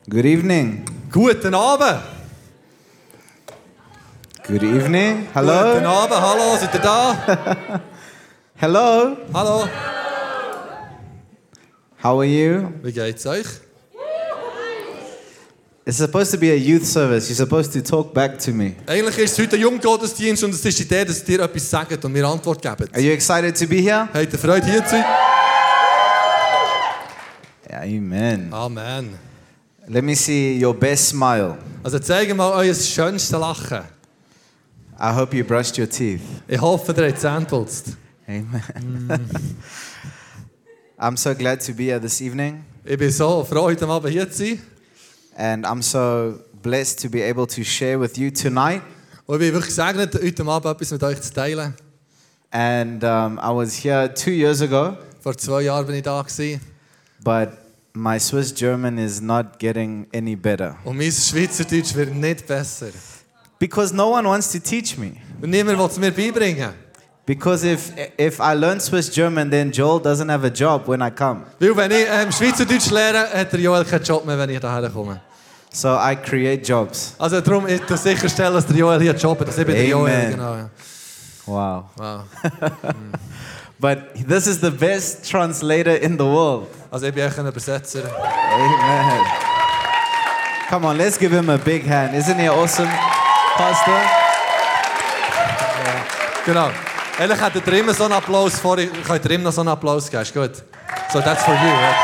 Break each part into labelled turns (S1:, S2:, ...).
S1: Good evening.
S2: Guten Abend.
S1: Good evening.
S2: Guten
S1: Hello.
S2: Abend, hallo, seid ihr da?
S1: Hello.
S2: Hallo.
S1: How are you?
S2: Wie geht's euch?
S1: It's supposed to be a youth service. You're supposed to talk back to me.
S2: Eigentlich ist es heute ein Junggottesdienst und es ist die Idee, dass ihr etwas sagt und mir Antwort gebt.
S1: Are you excited to be here?
S2: Habt ihr Freude, hier zu sein?
S1: Amen.
S2: Amen.
S1: Let me see your best smile.
S2: Also zeigt mal euer schönstes Lachen.
S1: I hope you brushed your teeth.
S2: Ich hoffe, ihr habt Zähne geputzt.
S1: Amen. I'm so glad to be here this evening.
S2: Ich bin so froh, heute Abend hier zu sein.
S1: And I'm so blessed to be able to share with you tonight.
S2: Und ich bin wirklich gesegnet, heute Abend etwas mit euch zu teilen.
S1: And I was here 2 years ago,
S2: Vor 2 Jahren war ich da gewesen.
S1: but my Swiss German is not getting any better.
S2: Und mein Schweizerdeutsch wird nicht besser.
S1: Because no one wants to teach me.
S2: Und niemand will es mir beibringen.
S1: Because if I learn Swiss German, then Joel doesn't have a job when I come.
S2: Weil wenn ich Schweizerdeutsch lehre, hat der Joel keinen Job mehr, wenn ich hierher komme.
S1: So I create jobs.
S2: Also darum ist es sicherstellen, dass der Joel hier einen Job hat. Das ist der Joel,
S1: Amen.
S2: genau. Ja.
S1: Wow.
S2: Wow.
S1: But this is the best translator in the world.
S2: Also ich bin echt ein Übersetzer.
S1: Amen. Come on, let's give him a big hand. Isn't he awesome, Pastor?
S2: Genau. Eigentlich hättet ihr immer so einen Applaus vor. Könnt ihr ihm noch so einen Applaus geben? Ist gut. So, that's for you. Right?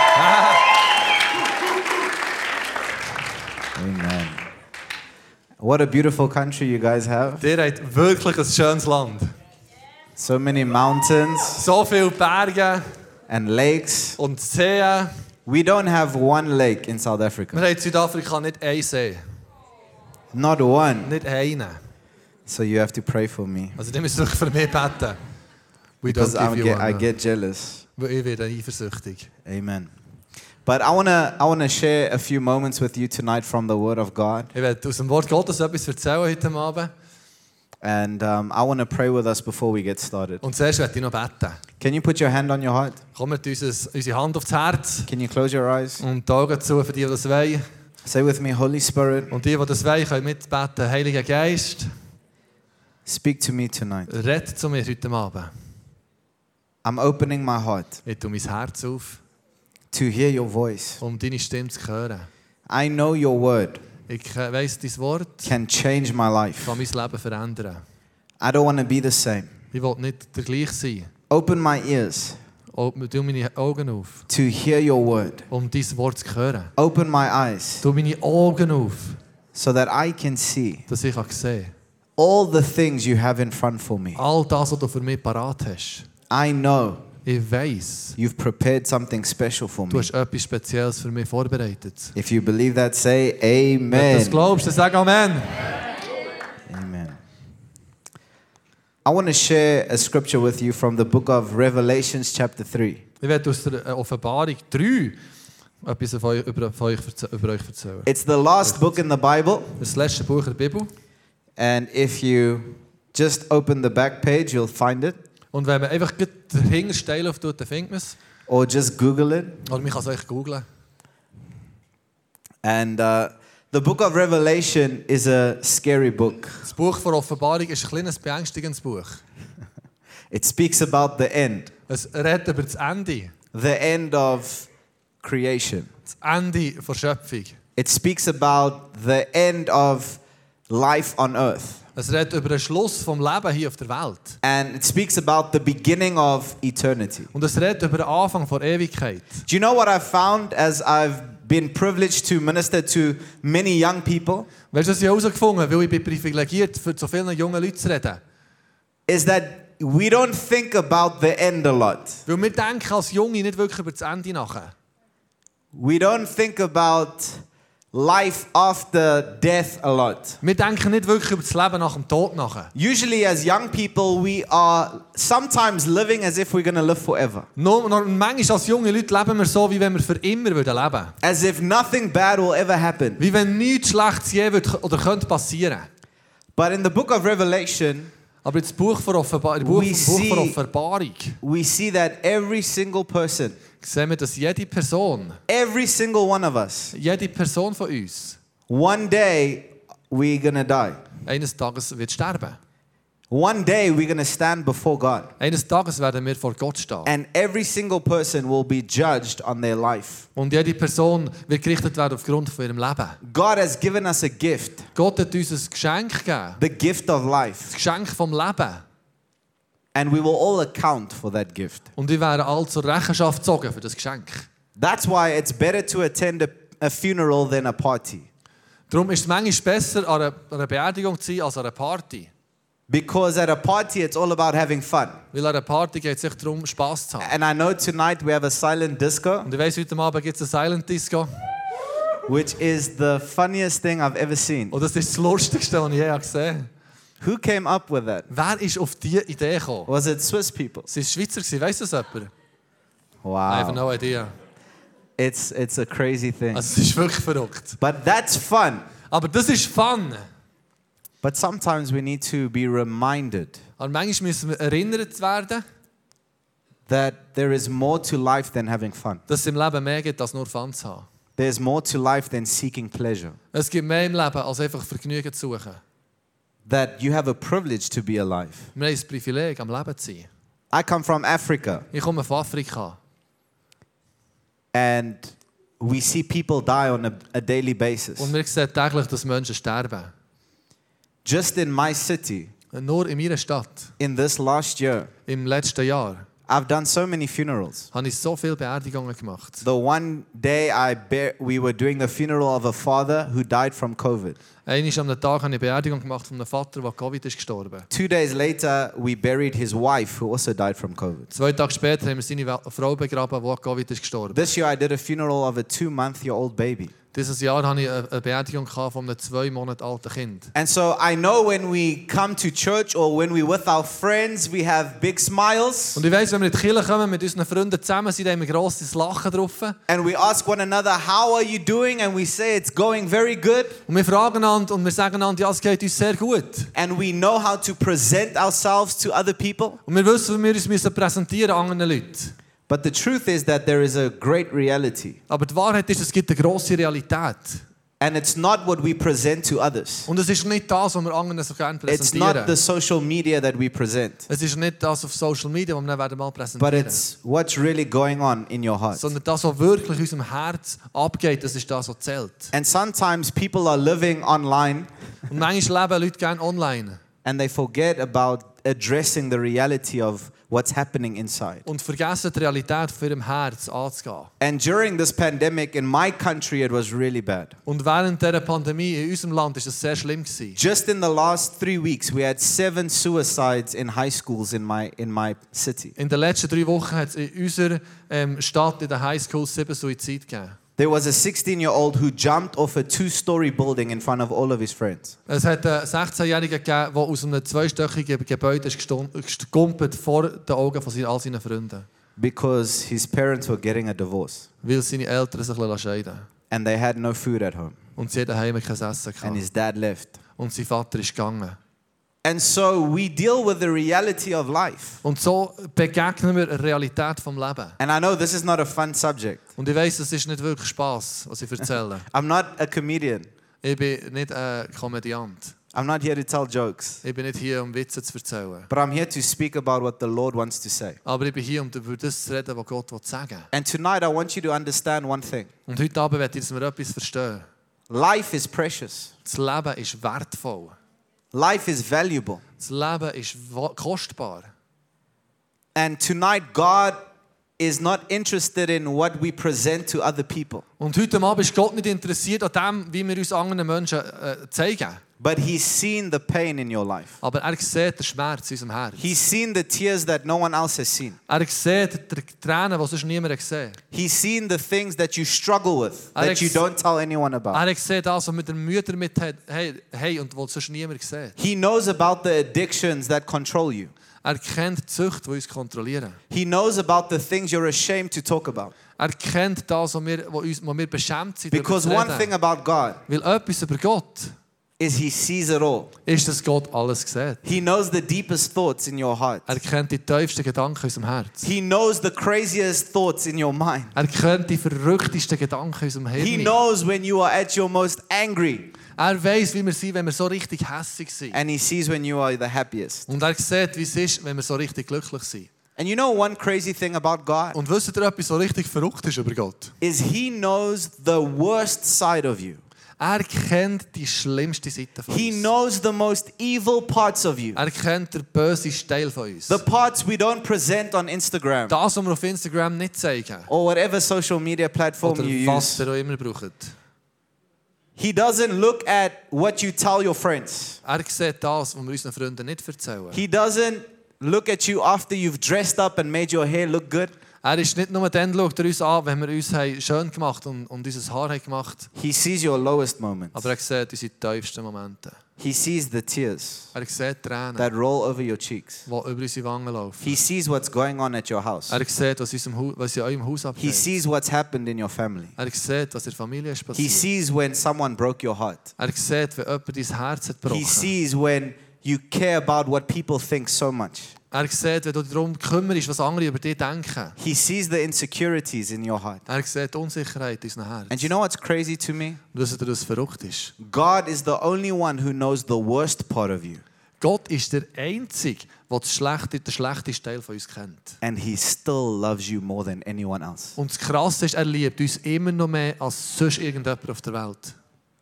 S1: Amen. What a beautiful country you guys have.
S2: Ihr habt wirklich ein schönes Land.
S1: So many mountains
S2: So viele Berge
S1: and lakes.
S2: und Seen.
S1: We don't have one lake in South Africa.
S2: Wir haben in Südafrika nicht einen See.
S1: Not one.
S2: Nicht einen.
S1: So you have to pray for me.
S2: Also die müssen wirklich für mich beten. We
S1: Because
S2: don't give you
S1: I
S2: one.
S1: get jealous.
S2: Weil ich werde eifersüchtig.
S1: Amen. But I wanna share a few moments with you tonight from the Word of God.
S2: Ich werde aus dem Wort Gottes etwas erzählen heute Abend.
S1: And I wanna pray with us before we get started.
S2: Und zuerst werde ich noch beten.
S1: Can you put your hand on your heart?
S2: Kommt unsere Hand aufs Herz
S1: Can you close your eyes?
S2: und die Augen zu, für die das wollen.
S1: Say with me, Holy Spirit,
S2: Und die das wollen, können mitbeten. Heiliger Geist,
S1: speak to me tonight.
S2: red zu mir heute Abend.
S1: I'm opening my heart
S2: Ich tue mein Herz auf,
S1: to hear your voice.
S2: um deine Stimme zu hören.
S1: I know your word
S2: Ich weiss, dein Wort
S1: can change my life.
S2: kann mein Leben verändern.
S1: I don't want to be the same.
S2: Ich will nicht der gleiche sein.
S1: Open my ears
S2: Tu meine Augen auf,
S1: to hear your word.
S2: um dein Wort zu hören.
S1: Open my eyes
S2: Tu meine Augen auf,
S1: so that I can see
S2: dass ich sehen kann.
S1: all the things you have in front for me.
S2: All das, was du für mich parat hast.
S1: I know
S2: Ich weiss,
S1: you've prepared something special for
S2: du
S1: me.
S2: hast etwas Spezielles für mich vorbereitet.
S1: If you believe that, say
S2: Wenn du das
S1: amen.
S2: glaubst, dann sag Amen.
S1: Amen. I want to share a scripture with you from the book of Revelations chapter 3.
S2: Ich werde aus der Offenbarung 3 etwas über euch erzählen.
S1: It's the last book in the Bible,
S2: Das letzte Buch der Bibel.
S1: and if you just open the back page, you'll find it,
S2: Und wenn man einfach den Hintersteil auftut, dann findet man es.
S1: or just Google it.
S2: Oder man kann es euch googlen.
S1: And the book of Revelation is a scary book.
S2: Das Buch der Offenbarung ist ein kleines beängstigendes Buch.
S1: It speaks about the end,
S2: Es redet über das Ende.
S1: the end of creation.
S2: Das Ende der Schöpfung.
S1: It speaks about the end of life on earth.
S2: Es redet über den Schluss vom Leben hier auf der Welt.
S1: And it speaks about the beginning of eternity.
S2: Und es redet über den Anfang der Ewigkeit.
S1: Do you know what I've found as I've been privileged to minister to many young people?
S2: Weißt du, was ich herausgefunden, weil ich bin privilegiert, für so vielen jungen Leuten zu reden?
S1: Is that we don't think about the end a lot.
S2: Weil wir denken als Junge nicht wirklich über das Ende nach.
S1: We don't think about life after death a lot.
S2: Wir denken nicht wirklich über das Leben nach dem Tod nach.
S1: Usually as young people we are sometimes living as if we're going to live forever.
S2: Manchmal als junge Leute leben wir so, wie wenn wir für immer leben würden.
S1: As if nothing bad will ever happen.
S2: Wie wenn nichts Schlechtes je oder könnte passieren.
S1: But in the book of Revelation,
S2: Aber im Buch der Offenbarung,
S1: we see that every single person
S2: sehen wir, dass jede Person von uns,
S1: one day we're gonna die.
S2: eines Tages wird sterben.
S1: One day we're gonna stand before God.
S2: Eines Tages werden wir vor Gott stehen.
S1: And every single person will be judged on their life.
S2: Und jede Person wird gerichtet werden aufgrund von ihrem Leben.
S1: God has given us a gift.
S2: Gott hat uns ein Geschenk gegeben.
S1: The gift of life.
S2: Das Geschenk vom Leben.
S1: And we will all account for that gift.
S2: Und wir werden alle zur Rechenschaft gezogen für das Geschenk.
S1: That's why it's better to attend a funeral than a party.
S2: Darum ist es manchmal besser, an einer Beerdigung zu sein, als an einer Party.
S1: Because at a party it's all about having fun.
S2: Weil an einer Party geht es sich darum, Spass zu haben.
S1: And I know tonight we have a silent disco,
S2: Und ich weiss, heute Abend gibt es eine Silent Disco.
S1: which is the funniest thing I've ever seen.
S2: Und das ist das Lustigste, was ich je gesehen habe.
S1: Who came up with that?
S2: Wer ist auf diese Idee gekommen?
S1: Was it Swiss people?
S2: Sie waren Schweizer, weiss das jemand? I have
S1: Wow.
S2: no idea.
S1: It's a crazy thing.
S2: Also es ist wirklich verrückt.
S1: But that's fun.
S2: Aber das ist Fun.
S1: But sometimes we need to be reminded
S2: Aber manchmal müssen wir erinnert werden,
S1: that there is more to life than having fun.
S2: dass es im Leben mehr gibt, als nur Fun zu haben.
S1: There's more to life than seeking pleasure.
S2: Es gibt mehr im Leben, als einfach Vergnügen zu suchen.
S1: That you have a privilege to be alive.
S2: Wir haben das Privileg, am Leben zu sein.
S1: I come from Africa,
S2: Ich komme von Afrika.
S1: and we see people die on a daily basis.
S2: Und wir sehen täglich, dass Menschen sterben.
S1: Just in my city,
S2: Nur in meiner Stadt,
S1: in this last year,
S2: im letzten Jahr,
S1: I've done so many funerals.
S2: habe ich so viele Beerdigungen gemacht.
S1: The one day we were doing the funeral of a father who died from COVID.
S2: Einmal am Tag habe ich eine Beerdigung gemacht von einem Vater, der Covid ist gestorben.
S1: 2 days later, we buried his wife who also died from COVID.
S2: 2 Tage später haben wir seine Frau begraben, die an Covid ist gestorben.
S1: This year, I did a funeral of a 2-month-old baby.
S2: Dieses Jahr hatte ich eine Beerdigung von einem 2 Monate alten Kind.
S1: And so I know when we come to church or when we're with our friends, we have big smiles.
S2: Und ich weiss, wenn wir in die Kirche kommen, mit unseren Freunden zusammen sind, haben wir grosses Lachen drauf.
S1: And we ask one another, how are you doing? And we say it's going very good.
S2: Und wir fragen einander und wir sagen einander, ja, es geht uns sehr gut.
S1: And we know how to present ourselves to other people.
S2: Und wir wissen, wie wir uns präsentieren an anderen Leuten.
S1: But the truth is that there is a great reality.
S2: Aber die Wahrheit ist, es gibt eine grosse Realität.
S1: And it's not what we present to others.
S2: Und es ist nicht das, was wir anderen so gerne
S1: It's not the
S2: präsentieren.
S1: social media that we present.
S2: Es ist nicht das auf Social Media, was wir dann mal
S1: But
S2: präsentieren.
S1: it's what's really going on in your heart.
S2: Sondern das, was wirklich in unserem Herz abgeht, das ist das, was zählt.
S1: And sometimes people are living online
S2: Und manchmal leben Leute gerne online.
S1: and they forget about addressing the reality of what's happening inside.
S2: Und vergessen, die Realität von ihrem Herz anzugehen.
S1: And during this pandemic in my country, it was really bad.
S2: Und während dieser Pandemie in unserem Land ist es sehr schlimm gewesen.
S1: Just in the last 3 weeks, we had 7 suicides in high schools in my city.
S2: In den letzten 3 Wochen hat es in unserer Stadt, in der Highschool, 7 Suizide gegeben.
S1: There was a 16-year-old who jumped off a 2-story building in front of all of his friends.
S2: Es hat einen 16-Jährigen gegeben, der aus einem 2-stöckigen Gebäude ist gestumpelt vor den Augen von all seinen Freunden.
S1: Because his parents were getting a divorce.
S2: Weil seine Eltern sich scheiden lassen.
S1: And they had no food at home.
S2: Und sie hatten daheim kein Essen
S1: And
S2: gehabt.
S1: his dad left.
S2: Und sein Vater ist gegangen.
S1: And so we deal with the reality of life.
S2: Und so begegnen wir der Realität vom Leben.
S1: And I know this is not a fun subject.
S2: Und ich weiss, es ist nicht wirklich Spass, was ich erzähle.
S1: I'm not a comedian.
S2: Ich bin nicht ein Komödiant.
S1: I'm not here to tell jokes.
S2: Ich bin nicht hier, um Witze zu erzählen.
S1: But I'm here to speak about what the Lord wants to say.
S2: Aber ich bin hier, um über das zu reden, was Gott sagen will.
S1: And tonight I want you to understand one thing.
S2: Und heute Abend möchte ich, dass wir etwas verstehen.
S1: Life is precious.
S2: Das Leben ist wertvoll.
S1: Life is valuable.
S2: Das Leben ist kostbar.
S1: And tonight God is not interested in what we present to other people.
S2: Und heute Abend ist Gott nicht interessiert an dem, wie wir uns anderen Menschen zeigen.
S1: But He's seen the pain in your life.
S2: Aber er sieht den Schmerz in unserem Herz.
S1: He's seen the tears that no one else has seen.
S2: Er sieht die Tränen, die sonst niemand gesehen hat.
S1: He's seen the things that you struggle with, that you don't tell anyone about.
S2: Er sieht das, was mit der Mütter mit hat, hey, und was sonst niemand sieht.
S1: He knows about the addictions that control you.
S2: Er kennt die Zucht, die uns kontrollieren.
S1: He knows about the things you're ashamed to talk about.
S2: Er kennt das, wo wir beschämt sind.
S1: Because
S2: darüber
S1: one
S2: zu
S1: thing
S2: reden.
S1: about God,
S2: Weil etwas über Gott,
S1: is He sees it all.
S2: ist, dass Gott alles sieht.
S1: He knows the deepest thoughts in your heart.
S2: Er kennt die tiefsten Gedanken in unserem Herz.
S1: He knows the craziest thoughts in your mind.
S2: Er kennt die verrücktesten Gedanken in unserem
S1: He
S2: Hirn.
S1: knows when you are at your most angry.
S2: Er weiß, wie wir sind, wenn wir so richtig hässig sind.
S1: And He sees when you are the happiest.
S2: Und er sieht, wie es ist, wenn wir so richtig glücklich sind.
S1: And you know one crazy thing about God?
S2: Und wisst ihr etwas, so richtig verrückt ist über Gott?
S1: Is He knows the worst side of you.
S2: Er kennt die schlimmste Seite von
S1: He
S2: uns.
S1: knows the most evil parts of you.
S2: Er kennt den bösen Teil von uns.
S1: The parts we don't present on Instagram
S2: Das, was wir auf Instagram nicht zeigen.
S1: or whatever social media platform
S2: Oder
S1: you
S2: was
S1: use.
S2: ihr auch immer braucht.
S1: He doesn't look at what you tell your friends.
S2: Er sieht das, was wir unseren Freunden nicht erzählen.
S1: He doesn't look at you after you've dressed up and made your hair look good.
S2: Er ist nicht nur dann, schaut er uns an, wenn wir uns schön gemacht und unser Haar haben gemacht.
S1: He sees your lowest moments.
S2: Aber er sieht unsere tiefsten Momente.
S1: He sees the tears
S2: Er sieht Tränen,
S1: that roll over your cheeks.
S2: die über unsere Wangen laufen.
S1: He sees what's going on at your house.
S2: Er sieht, was in eurem Haus
S1: He
S2: abgeht.
S1: sees what's happened in your family.
S2: Er sieht, was in der Familie ist
S1: He
S2: passiert.
S1: sees when someone broke your heart.
S2: Er sieht, wenn jemand dein Herz hat
S1: He
S2: gebrochen.
S1: sees when you care about what people think so much.
S2: Er sieht, wenn du dich darum kümmerst, was andere über dich denken.
S1: He sees the insecurities in your heart.
S2: Er sieht die Unsicherheit in unserem Herz.
S1: And you know what's crazy to me?
S2: Und wisst ihr, was verrückt ist?
S1: God is the only one who knows the worst part of you.
S2: Gott ist der Einzige, der den schlechtesten Teil von uns kennt.
S1: And He still loves you more than anyone else.
S2: Und das Krasse ist, er liebt uns immer noch mehr als sonst irgendjemand auf der Welt.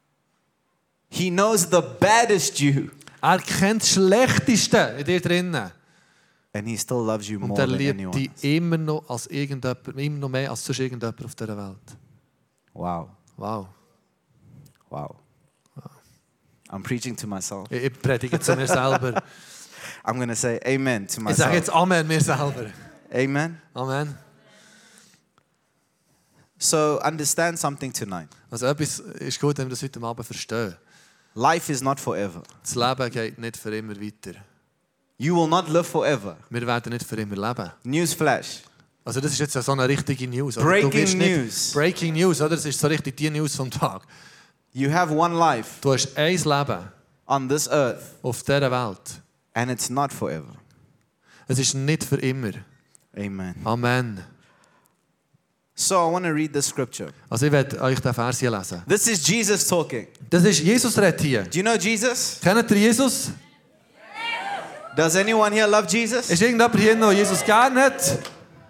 S1: He knows the baddest you.
S2: Er kennt das Schlechteste in dir drinnen.
S1: And He still loves you
S2: Und
S1: more
S2: er
S1: than
S2: liebt
S1: anyone
S2: dich
S1: else.
S2: immer noch mehr als sonst irgendjemand auf dieser Welt.
S1: Wow.
S2: Wow.
S1: Wow. I'm preaching to myself.
S2: Ich predige zu mir selber.
S1: I'm going to say amen to
S2: Ich sage
S1: myself.
S2: jetzt Amen mir selber.
S1: Amen.
S2: Amen.
S1: So understand something tonight.
S2: Also etwas ist gut, wenn wir das heute Abend verstehen.
S1: Life is not forever.
S2: Das Leben geht nicht für immer weiter.
S1: You will not live forever.
S2: Wir werden nicht für immer leben.
S1: Newsflash.
S2: Also das ist jetzt so eine richtige News. Oder?
S1: Breaking
S2: Du wirst nicht-
S1: news.
S2: Breaking News, oder? Das ist so richtig die News vom Tag.
S1: You have one life
S2: Du hast ein Leben
S1: on this earth,
S2: auf dieser Welt.
S1: and it's not forever.
S2: Es ist nicht für immer.
S1: Amen.
S2: Amen.
S1: So I want to read the scripture.
S2: Also ich werde euch den Vers hier lesen.
S1: This is Jesus talking.
S2: Das ist Jesus redet hier.
S1: Do you know Jesus?
S2: Kennt ihr Jesus?
S1: Does anyone here love Jesus?
S2: Ist irgendjemand hier noch Jesus gerne hat?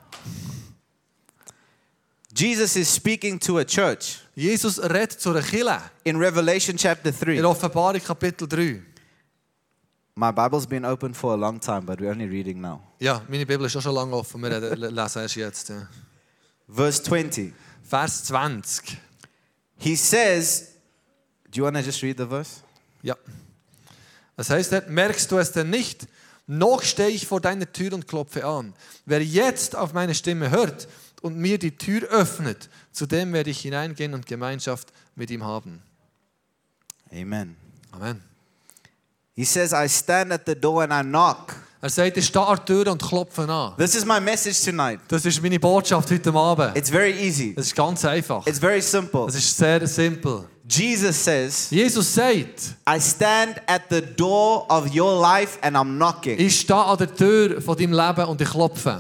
S1: Jesus is speaking to a church
S2: Jesus redet zu einer Kirche.
S1: in Revelation chapter 3.
S2: In Offenbarung Kapitel 3.
S1: My Bible's been open for a long time, but we're only reading now.
S2: Ja, meine Bibel ist auch schon lange offen. Wir lesen erst jetzt. Ja.
S1: Verse 20.
S2: Vers 20.
S1: He says, do you want to just read the verse?
S2: Ja. Das heißt, merkst du es denn nicht? Noch stehe ich vor deiner Tür und klopfe an. Wer jetzt auf meine Stimme hört und mir die Tür öffnet, zu dem werde ich hineingehen und Gemeinschaft mit ihm haben.
S1: Amen.
S2: Amen.
S1: He says, I stand at the door and I knock.
S2: Er sagt, ich stehe an der Tür und klopfe an.
S1: This is my message tonight.
S2: Das ist meine Botschaft heute Abend.
S1: It's very easy.
S2: Das ist ganz einfach.
S1: It's very simple.
S2: Es ist sehr simpel.
S1: Jesus says,
S2: Jesus sagt,
S1: I stand at the door of your life and I'm knocking.
S2: ich stehe an der Tür von deinem Leben und ich klopfe.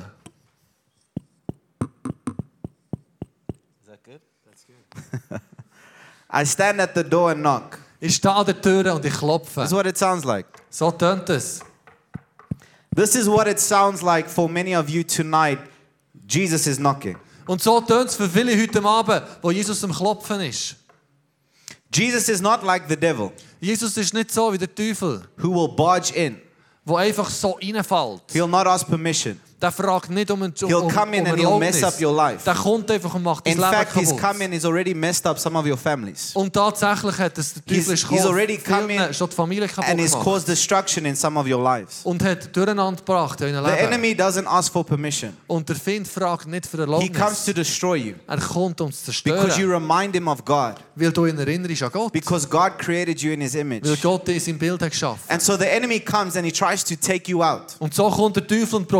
S1: Is that good? That's good. I stand at the door and knock.
S2: Ich stehe an der Tür und ich klopfe.
S1: This is what it sounds like.
S2: So tönt es.
S1: This is what it sounds like for many of you tonight. Jesus is knocking.
S2: Und so tönt es für viele heute Abend, wo Jesus am Klopfen ist.
S1: Jesus is not like the devil
S2: Jesus ist nicht so wie der Teufel,
S1: who will barge in.
S2: der einfach so reinfällt.
S1: He'll not ask permission.
S2: Der fragt nicht um
S1: He'll come in and he'll mess up your life.
S2: Der kommt einfach und macht dein
S1: In
S2: Leben
S1: fact, he's
S2: kaputt.
S1: come in, he's already messed up some of your families.
S2: Und tatsächlich hat es der Teufel
S1: He's already come in
S2: schon die Familie kaputt
S1: And he's
S2: gemacht.
S1: caused destruction in some of your lives.
S2: Und hat durcheinander gebracht in dein
S1: The
S2: Leben.
S1: enemy doesn't ask for permission.
S2: Und der Feind fragt nicht für
S1: He comes
S2: Erlaubnis.
S1: to destroy you
S2: Er kommt, um zu
S1: because you
S2: zerstören.
S1: remind him of God.
S2: Weil du ihn erinnerst an Gott.
S1: Because God created you in his image.
S2: Weil Gott dich in sein Bild hat geschaffen.
S1: And so the enemy comes and he tries to take you out.
S2: Und so kommt der Teufel und probiert uns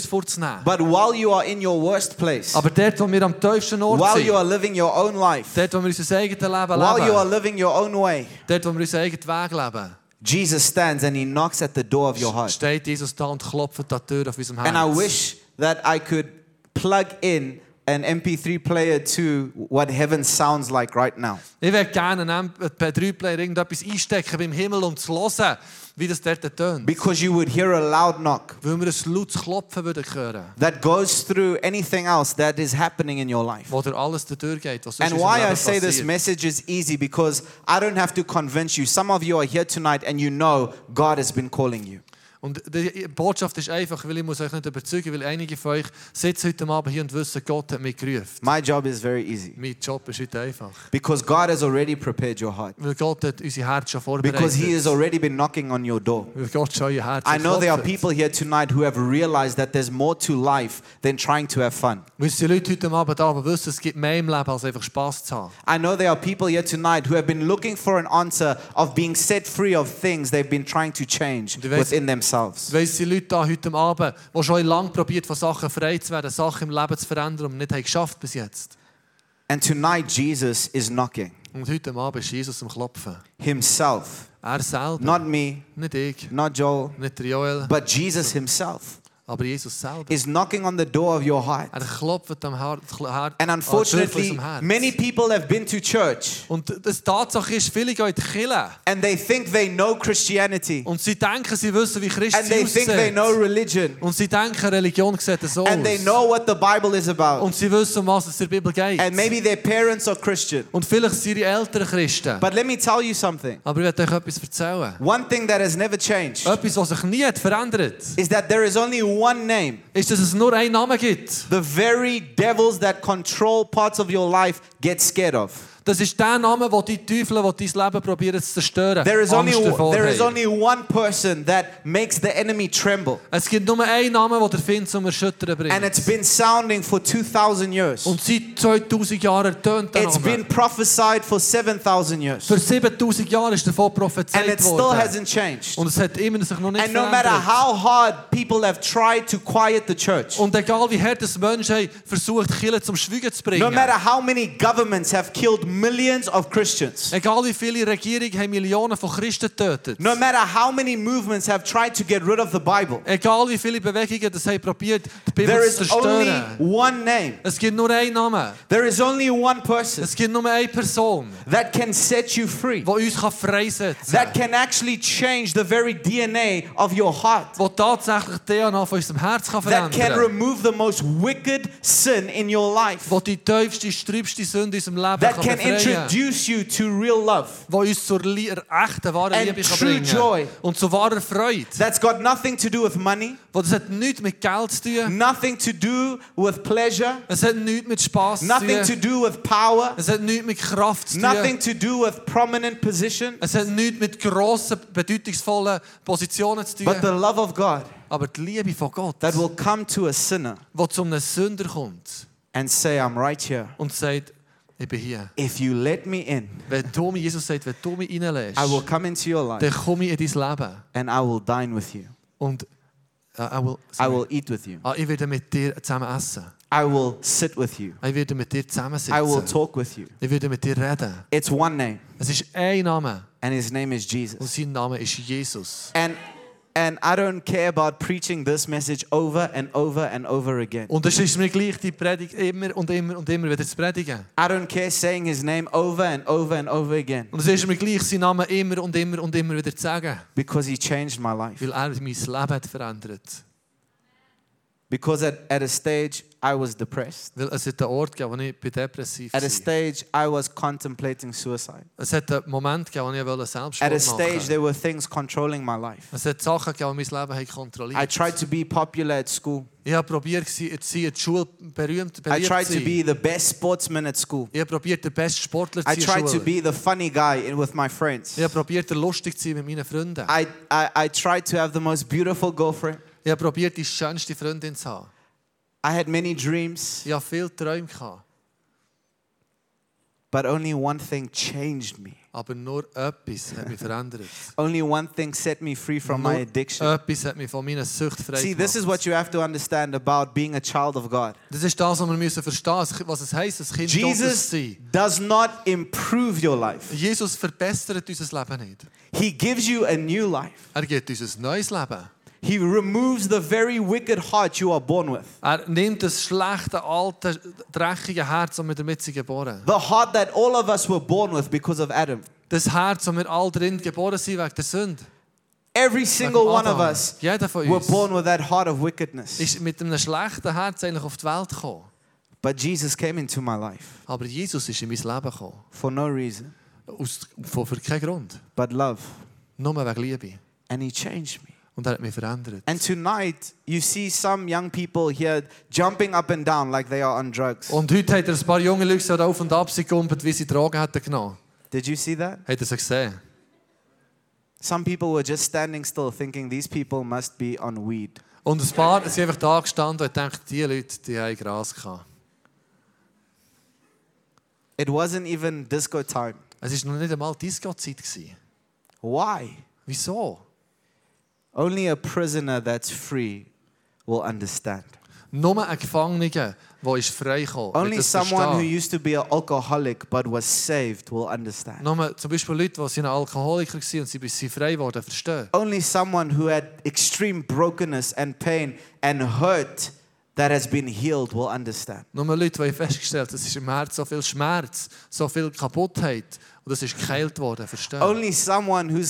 S2: Scheiß vorzunehmen.
S1: But while you are in your worst place,
S2: Aber dort, wo wir am tiefsten Ort
S1: while you
S2: sind,
S1: are living your own life,
S2: dort, wo wir unser eigenes Leben
S1: while you are
S2: leben,
S1: living your own way,
S2: dort, wo wir unseren eigenen Weg leben,
S1: Jesus stands and he knocks at the door of your heart.
S2: steht Jesus da und klopft an die Tür auf unserem
S1: And I
S2: Herz.
S1: wish that I could plug in an MP3 player to what heaven sounds like right now.
S2: Ich würde gerne einen MP3-Player irgendetwas einstecken beim Himmel, um zu hören, wie das dort tönt.
S1: Because you would hear a loud knock
S2: Weil wir ein lautes Klopfen würden hören,
S1: that goes through anything else that is happening in your life.
S2: wo dir alles durchgeht, was sonst
S1: And
S2: in unserem
S1: why I
S2: Leben
S1: say this
S2: passiert.
S1: message is easy because I don't have to convince you. Some of you are here tonight and you know God has been calling you.
S2: Und die Botschaft ist einfach, weil ich muss euch nicht überzeugen, weil einige von euch sitzen heute Abend hier und wissen, Gott hat mich gerufen.
S1: My job is very easy
S2: Mein Job ist heute einfach.
S1: because God has already prepared your heart.
S2: Weil Gott hat unser Herz schon
S1: Because He has
S2: vorbereitet.
S1: already been knocking on your door.
S2: Weil Gott schon ihr Herz
S1: I know there are
S2: klopft.
S1: people here tonight who have realized that there's more to life than trying to have fun.
S2: Weil die Leute heute Abend da wissen, es gibt mehr im Leben, als einfach Spass zu haben.
S1: I know there are people here tonight who have been looking for an answer of being set free of things they've been trying to change
S2: Du weißt-
S1: within themselves.
S2: Weiss die Leute da heute Abend, die schon lange probiert, von Sachen frei zu werden, Sachen im Leben zu verändern und nicht haben geschafft bis jetzt.
S1: And tonight Jesus is knocking
S2: Und heute Abend ist Jesus am Klopfen.
S1: himself,
S2: Er selber.
S1: not me,
S2: Nicht ich,
S1: not Joel,
S2: nicht der Joel,
S1: but Jesus himself
S2: aber Jesus selber.
S1: is knocking on the door of your heart.
S2: Er klopft am Herz.
S1: And unfortunately, many people have been to church
S2: Und das Tatsache ist, viele gehen in die Kirche
S1: and they think they know Christianity
S2: und sie denken, sie wissen, wie
S1: and
S2: Christen
S1: they think they know
S2: aussehen.
S1: religion
S2: Und sie denken, Religion sieht so
S1: and they
S2: aus.
S1: know what the Bible is about.
S2: Und sie wissen, um was es in der Bibel geht.
S1: And maybe their parents are Christian.
S2: Und vielleicht sind ihre Eltern Christen.
S1: But let me tell you something.
S2: Aber ich werde euch etwas erzählen.
S1: One thing that has never changed
S2: Etwas, was sich nie hat verändert,
S1: is that there is only one name.
S2: ist, dass es nur einen Namen gibt.
S1: The very devils that control parts of your life get scared of.
S2: Das ist der Name, wo die Teufel, die dein Leben probieren zu zerstören,
S1: There is
S2: Angst davor haben.
S1: only one person that makes the enemy tremble.
S2: Es gibt nur einen Namen, der der Feind zum Erschüttern bringt.
S1: And it's been sounding for 2,000 years.
S2: Und seit 2000 Jahren ertönt der
S1: It's been
S2: Name.
S1: prophesied for 7,000 years.
S2: Für 7000 Jahre ist davon
S1: And
S2: prophezeit
S1: it still
S2: worden.
S1: hasn't changed.
S2: Und es hat immer sich noch nicht
S1: And no matter
S2: verändert.
S1: how hard people have tried to quiet the church,
S2: Und egal wie hart das Menschen haben versucht, die Kirche zum Schweigen zu bringen.
S1: no matter how many governments have killed millions of Christians,
S2: Egal wie viele Regierungen haben Millionen von Christen getötet.
S1: no matter how many movements have tried to get rid of the Bible,
S2: Egal wie viele Bewegungen das haben probiert, die Bibel
S1: there
S2: zu
S1: is only
S2: zerstören.
S1: one name.
S2: Es gibt nur einen Namen.
S1: There is only one person
S2: Es gibt nur eine Person,
S1: that can set you free,
S2: die uns freisetzen
S1: that
S2: kann.
S1: can actually change the very DNA of your heart,
S2: Die tatsächlich die DNA von unserem Herz
S1: that can
S2: verändern
S1: remove the most wicked sin in your life,
S2: kann. Die tiefste, sträubste Sünde in unserem Leben
S1: that
S2: kann
S1: can
S2: befreien
S1: introduce you to real love,
S2: die uns zur echten, wahren
S1: And
S2: Liebe kann
S1: true
S2: bringen
S1: joy.
S2: und zu wahrer Freude.
S1: that's got nothing to do with money,
S2: Das hat nichts mit Geld zu tun.
S1: nothing to do with pleasure,
S2: Es hat nichts mit Spass zu
S1: nothing to
S2: tun.
S1: do with power,
S2: Es hat nichts mit Kraft zu
S1: nothing
S2: tun.
S1: to do with prominent position,
S2: Es hat nichts mit grossen, bedeutungsvollen Positionen zu
S1: but the
S2: tun.
S1: love of God
S2: Aber die Liebe von Gott,
S1: that will come to a sinner
S2: die zu einem Sünder kommt
S1: and say, I'm right here.
S2: und sagt, ich bin hier.
S1: If you let me in,
S2: Wenn du mich, Jesus sagt, wenn du mich reinlässt,
S1: I will come into your
S2: dann
S1: life
S2: komme ich in dein Leben.
S1: and I will dine with you.
S2: Und
S1: I will eat with you.
S2: ich werde mit dir zusammen essen.
S1: I will sit with you.
S2: Ich werde mit dir
S1: I will
S2: zusammensitzen.
S1: talk with you.
S2: Ich werde mit dir reden.
S1: It's one name,
S2: Es ist ein Name
S1: and his name is
S2: und
S1: Jesus.
S2: sein Name ist Jesus.
S1: And I don't care about preaching this message over and over and over again.
S2: Und es ist mir gleich, die Predigt immer und immer und immer wieder zu predigen.
S1: I don't care saying his name over and over and over again
S2: Und es ist mir gleich, seinen Namen immer und immer und immer wieder zu sagen.
S1: because he changed my life.
S2: Weil er mein Leben hat verändert.
S1: Because at a stage I was depressed.
S2: Weil es hat einen Ort gegeben, wo ich depressiv
S1: At a
S2: war.
S1: stage I was contemplating suicide.
S2: Es hat einen Moment gegeben, wo ich
S1: At a
S2: Selbstmord
S1: stage
S2: machen.
S1: there were things controlling my life.
S2: Es hat Sachen gegeben, die mein Leben
S1: I
S2: kontrolliert.
S1: tried to be popular at school.
S2: Ich habe probiert, in der Schule beliebt
S1: I
S2: zu
S1: tried to
S2: sein.
S1: be the best sportsman at school.
S2: Ich habe probiert, der beste Sportler zu
S1: I
S2: sein in der
S1: tried to
S2: Schule.
S1: be the funny guy with my friends.
S2: Ich habe probiert, lustig zu sein mit meinen Freunden.
S1: I tried to have the most beautiful girlfriend.
S2: Ich habe probiert, die schönste Freundin zu haben.
S1: I had many dreams,
S2: Ich hatte viele Träume gehabt.
S1: but only one thing changed me.
S2: Aber nur etwas hat mich verändert.
S1: Only one thing set me free from my addiction.
S2: Etwas hat mich von meiner Sucht frei
S1: See, this is
S2: gemacht.
S1: what you have to understand about being a child of God.
S2: Das ist das, was wir müssen verstehen, was es heisst, ein Kind Gottes
S1: Jesus
S2: zu sein.
S1: does not improve your life.
S2: Jesus verbessert unser Leben nicht.
S1: He gives you a new life.
S2: Er gibt uns ein neues Leben.
S1: He removes the very wicked heart you are born with.
S2: Er nimmt das schlechte, alte, dreckige Herz, das wir damit sind geboren.
S1: The heart that all of us were born with because of Adam.
S2: Das Herz, das wir all drin geboren sind wegen der Sünde.
S1: Every single
S2: Wegen
S1: one of
S2: Adam.
S1: us
S2: Jeder von
S1: were
S2: uns
S1: born with that heart of wickedness.
S2: ist mit einem schlechten Herz eigentlich auf die Welt gekommen.
S1: But Jesus came into my life
S2: Aber Jesus ist in mein Leben gekommen.
S1: for no reason
S2: Für keinen Grund.
S1: but love.
S2: Nur wegen Liebe.
S1: And he changed me.
S2: Und er hat mich verändert.
S1: And tonight, you see some young people here jumping up and down like they are on drugs.
S2: Und heute hat er ein paar junge Leute, die auf und ab sind gekumpelt, wie sie Drogen hätten genommen.
S1: Did you see that?
S2: Hat er sie gesehen?
S1: Some people were just standing still thinking these people must be on weed.
S2: Und ein paar sind einfach da gestanden und dachten, die Leute, die haben Gras gehabt.
S1: It wasn't even disco time.
S2: Es war noch nicht einmal Disco-Zeit.
S1: Why?
S2: Wieso?
S1: Only a prisoner that's free will understand.
S2: Nur ein Gefangener, der ist frei gekommen, wird
S1: Only
S2: das
S1: someone who
S2: verstehen.
S1: used to be an alcoholic but was saved will understand.
S2: Nur zum Beispiel Leute, die ein Alkoholiker waren und sie sind frei geworden, verstehen.
S1: Only someone who had extreme brokenness and pain and hurt that has been healed will understand.
S2: Nur Leute, die haben festgestellt, es ist im Herzen so viel Schmerz, so viel Kaputtheit und es ist geheilt worden, verstehen.
S1: Only someone who's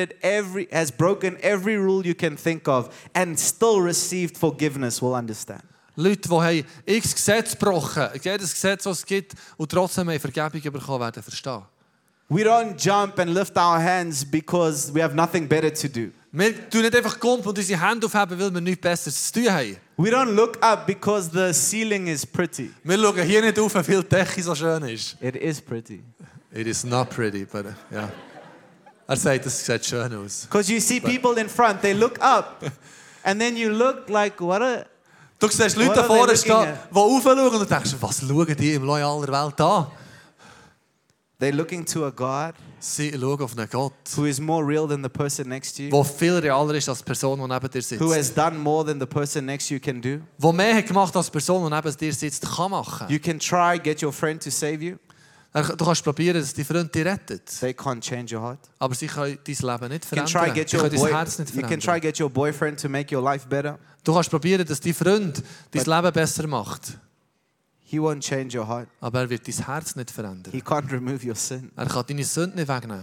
S1: has broken every rule you can think of and still received forgiveness will understand.
S2: Leute, die haben x Gesetze gebrochen, jedes Gesetz, das es gibt, und trotzdem haben Vergebung bekommen, werden verstehen.
S1: We don't jump and lift our hands because we have nothing better to do.
S2: Wir tun nicht einfach kumpen und unsere Hände aufheben, weil wir nichts Besseres zu tun haben.
S1: We don't look up because the ceiling is pretty.
S2: Wir schauen hier nicht auf, weil die Decke so schön ist.
S1: It is pretty.
S2: It is not pretty, but yeah. Er sagt, es sieht schön aus.
S1: Because you see people in front, they look up and then you look like, what a...
S2: Du siehst Leute
S1: What
S2: da
S1: are they
S2: vorne
S1: looking
S2: stehen,
S1: at?
S2: die raufschauen und du denkst, was schauen die im Loyal aller Welt an?
S1: They're looking to a God
S2: Sie schauen auf einen Gott,
S1: who is more real than the person next to you,
S2: der viel realer ist als die Person, die neben dir sitzt.
S1: who has done more than the person next to you can do.
S2: Der mehr hat gemacht als die Person, die neben dir sitzt, kann machen.
S1: You can try, get your friend to save you.
S2: Du kannst probieren, dass die Freund dich rettet.
S1: They can't change your heart.
S2: Aber sie können dein Leben nicht
S1: You can try,
S2: verändern. Sie können dein Herz nicht
S1: you can try,
S2: verändern.
S1: get your boyfriend to make your life better.
S2: Du kannst probieren, dass dein Freund dein Leben besser macht.
S1: He won't change your heart.
S2: Aber er wird dein Herz nicht verändern.
S1: He can't remove your sin.
S2: Er kann deine Sünde nicht wegnehmen.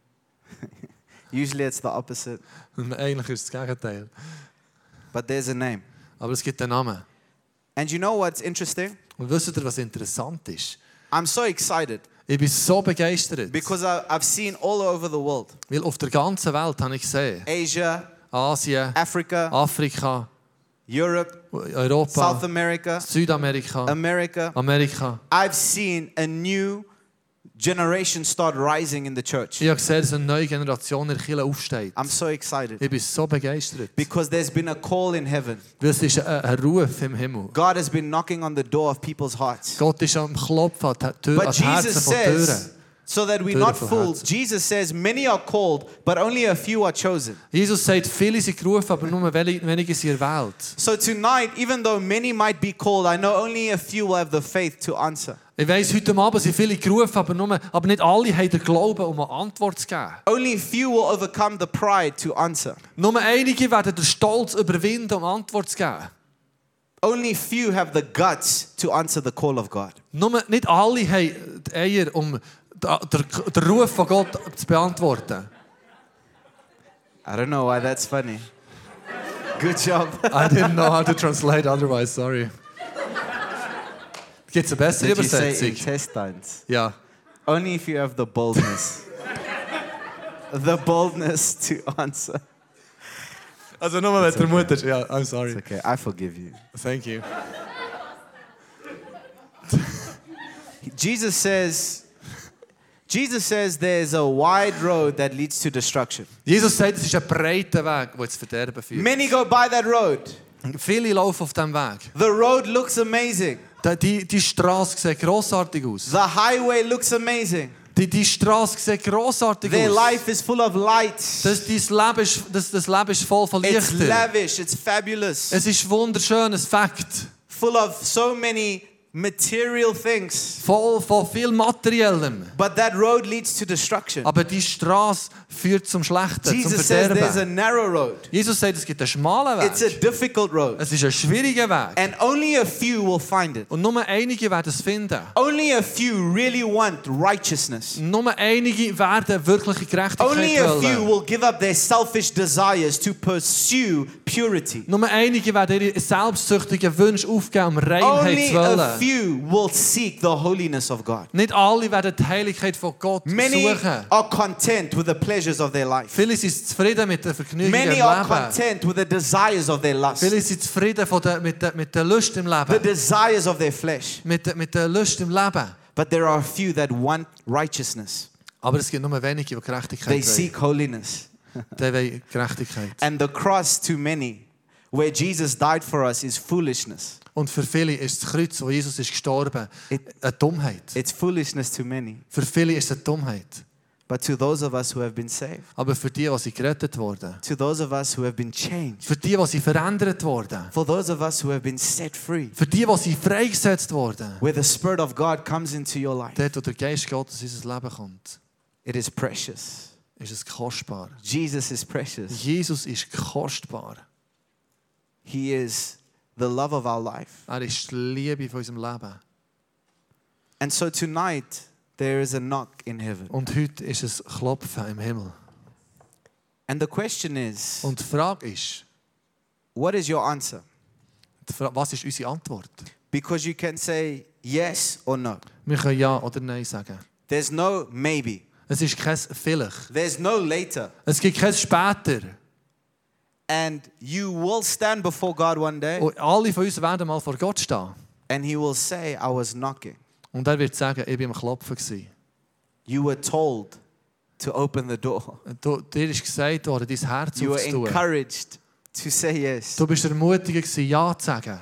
S1: Usually it's the opposite.
S2: Und eigentlich ist es das Gegenteil.
S1: But there's a name.
S2: Aber es gibt einen Namen.
S1: And you know what's interesting?
S2: Und wisst ihr, was interessant ist?
S1: I'm so excited
S2: Ich bin so begeistert,
S1: because I've seen all over the world.
S2: weil auf der ganzen Welt habe ich gesehen,
S1: Asia,
S2: Asien,
S1: Africa,
S2: Afrika,
S1: Europe,
S2: Europa,
S1: South America,
S2: Südamerika,
S1: America.
S2: Amerika.
S1: I've seen a new generation start rising in the church.
S2: Ich habe gesehen, dass eine neue Generation in der Kirche aufsteht.
S1: I'm so excited
S2: Ich bin so begeistert,
S1: because there's been a call in heaven.
S2: weil es ist ein Ruf im Himmel.
S1: God has been knocking on the door of people's hearts.
S2: Gott ist am Klopfen an die Tür, an
S1: But
S2: die Herzen
S1: Jesus
S2: von Türen.
S1: says, so that we're
S2: Türen
S1: not
S2: von
S1: fooled,
S2: Herzen.
S1: Jesus says, many are called, but only a few are chosen.
S2: Jesus sagt, viele sind gerufen, aber nur wenige sind erwählt.
S1: So tonight, even though many might be called, I know only a few will have the faith to answer.
S2: Ich weiss, heute Abend sind viele gerufen, aber nicht alle haben den Glauben, um eine Antwort zu geben.
S1: Only few will overcome the pride to answer.
S2: Nur einige werden den Stolz überwinden, um Antwort zu geben.
S1: Only few have the guts to answer the call of God.
S2: Nur nicht alle haben die Eier, um den Ruf von Gott zu beantworten.
S1: I don't know why that's funny. Good job.
S2: I didn't know how to translate otherwise, sorry. Gibt es eine bessere
S1: Did you say
S2: Übersetzung?
S1: intestines?
S2: Ja.
S1: Only if you have the boldness. The boldness to answer.
S2: Also nur wenn der Mutter ist. Ja, I'm sorry.
S1: It's okay, I forgive you.
S2: Thank you.
S1: Jesus says there's a wide road that leads to destruction.
S2: Jesus sagt, es ist ein breiter Weg, der ins Verderben führt.
S1: Many go by that road.
S2: Viele laufen auf diesem Weg.
S1: The road looks amazing.
S2: Die Straße sieht grossartig aus.
S1: The highway looks amazing.
S2: Die Straße sieht grossartig
S1: Their
S2: aus.
S1: life is full of light.
S2: Das Leben ist voll von
S1: It's
S2: Lichter.
S1: lavish. It's fabulous.
S2: Es ist wunderschön, es fängt.
S1: Full of so many material things.
S2: Voll von viel Materiellem.
S1: But that road leads to destruction.
S2: Aber die Straße führt zum Schlechten, zum
S1: Jesus says there's a
S2: Verderben.
S1: narrow road.
S2: Jesus sagt, es gibt einen schmalen
S1: It's a
S2: Weg.
S1: difficult road.
S2: Es ist ein schwieriger Weg.
S1: And only a few will find it.
S2: Und nur einige werden es finden.
S1: Only a few really want righteousness.
S2: Nur einige werden wirkliche
S1: Only
S2: Gerechtigkeit
S1: a few
S2: wollen.
S1: will give up their selfish desires to pursue purity.
S2: Nur einige werden ihre selbstsüchtigen Wünsche aufgeben, um Reinheit
S1: Only
S2: zu
S1: a
S2: wollen.
S1: few will seek the holiness of God.
S2: Nicht alle werden die Heiligkeit von Gott
S1: Many
S2: suchen.
S1: are content with the pleasures of their life.
S2: Viele sind zufrieden mit den Vergnügungen im
S1: Many are
S2: Leben.
S1: content with the desires of their lust,
S2: Viele sind zufrieden mit der Lust im
S1: the
S2: Leben.
S1: desires of their flesh.
S2: Mit der Lust im Leben.
S1: But there are a few that want righteousness.
S2: Aber es gibt nur wenige, die Gerechtigkeit
S1: They
S2: wollen.
S1: seek holiness.
S2: Die wollen Gerechtigkeit.
S1: And the cross to many, where Jesus died for us, is foolishness.
S2: Und für viele ist das Kreuz, wo Jesus ist gestorben, eine Dummheit.
S1: It's foolishness to many.
S2: Für viele ist es eine Dummheit.
S1: But to those of us who have been saved,
S2: Aber für die sie gerettet wurden,
S1: to those of us who have been changed,
S2: für die sie verändert wurden,
S1: for those of us who have been set free,
S2: für die sie freigesetzt wurden,
S1: where the Spirit of God comes into your life,
S2: dort, wo der Geist Gottes in unser Leben kommt,
S1: it is precious.
S2: ist es kostbar.
S1: Jesus is precious.
S2: Jesus ist kostbar.
S1: He is the love of our life.
S2: Er ist die Liebe von unserem Leben.
S1: And so tonight, there is a knock in heaven.
S2: Und heute ist es Klopfen im Himmel.
S1: And the question is,
S2: Und die Frage ist,
S1: what is your answer?
S2: was ist unsere Antwort?
S1: Because you can say yes or no.
S2: Wir können Ja oder Nein sagen.
S1: There's no maybe.
S2: Es ist kein Vielleicht.
S1: There's no later.
S2: Es gibt kein Später.
S1: And you will stand before God one day
S2: Und alle von uns werden mal vor Gott stehen.
S1: and He will say, I was knocking.
S2: Und er wird sagen, ich war am Klopfen gewesen.
S1: You were told to open the door.
S2: Dir ist gesagt worden, dein Herz
S1: You were
S2: aufzutun.
S1: encouraged to say yes.
S2: Du bist ermutigt gewesen, Ja zu sagen.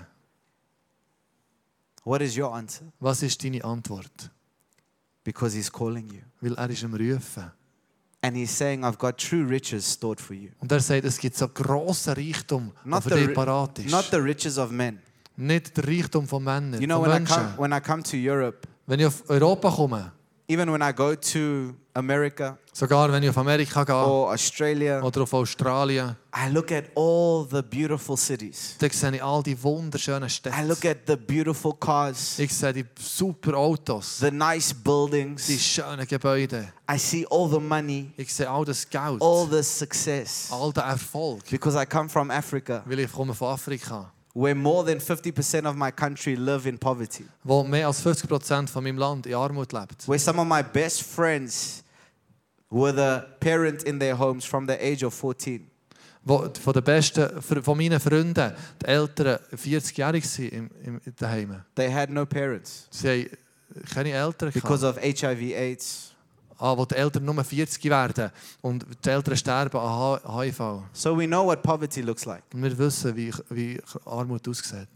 S1: What is your answer?
S2: Was ist deine Antwort?
S1: Because He's calling you.
S2: Weil er ist am Rufen.
S1: And He's saying, I've got true riches stored for you.
S2: Und er sagt, es gibt so grossen Reichtum, der
S1: Not
S2: für dich parat
S1: the,
S2: ist.
S1: not the riches of men.
S2: Nicht der Reichtum von Männern,
S1: You know,
S2: von
S1: when
S2: Menschen.
S1: when I come to Europe,
S2: Wenn ich auf Europa komme,
S1: even when I go to America
S2: sogar wenn ich auf Amerika gehe
S1: or Australia,
S2: oder auf Australien,
S1: I look at all the beautiful cities.
S2: dann sehe ich all die wunderschönen
S1: I look
S2: Städte.
S1: at the beautiful cars,
S2: Ich sehe die super Autos,
S1: the nice
S2: die
S1: buildings.
S2: schönen Gebäude.
S1: I see all the money,
S2: Ich sehe all das Geld,
S1: all the success.
S2: all den Erfolg.
S1: Because I come from Africa,
S2: Weil ich komme von Afrika,
S1: where more than 50% of my country live in poverty.
S2: wo mehr als 50% von meinem Land in Armut lebt.
S1: Where some of my best friends were the parent in their homes from the age of 14.
S2: Wo von den besten, von meinen Freunden, die Eltern 40-jährig waren im daheim.
S1: They had no parents
S2: Sie haben keine Eltern
S1: because
S2: gehabt.
S1: of HIV/AIDS.
S2: Wo die Eltern nur 40 werden und die Eltern sterben an HIV.
S1: So we know what poverty looks like.
S2: Und wir wissen, wie Armut aussieht.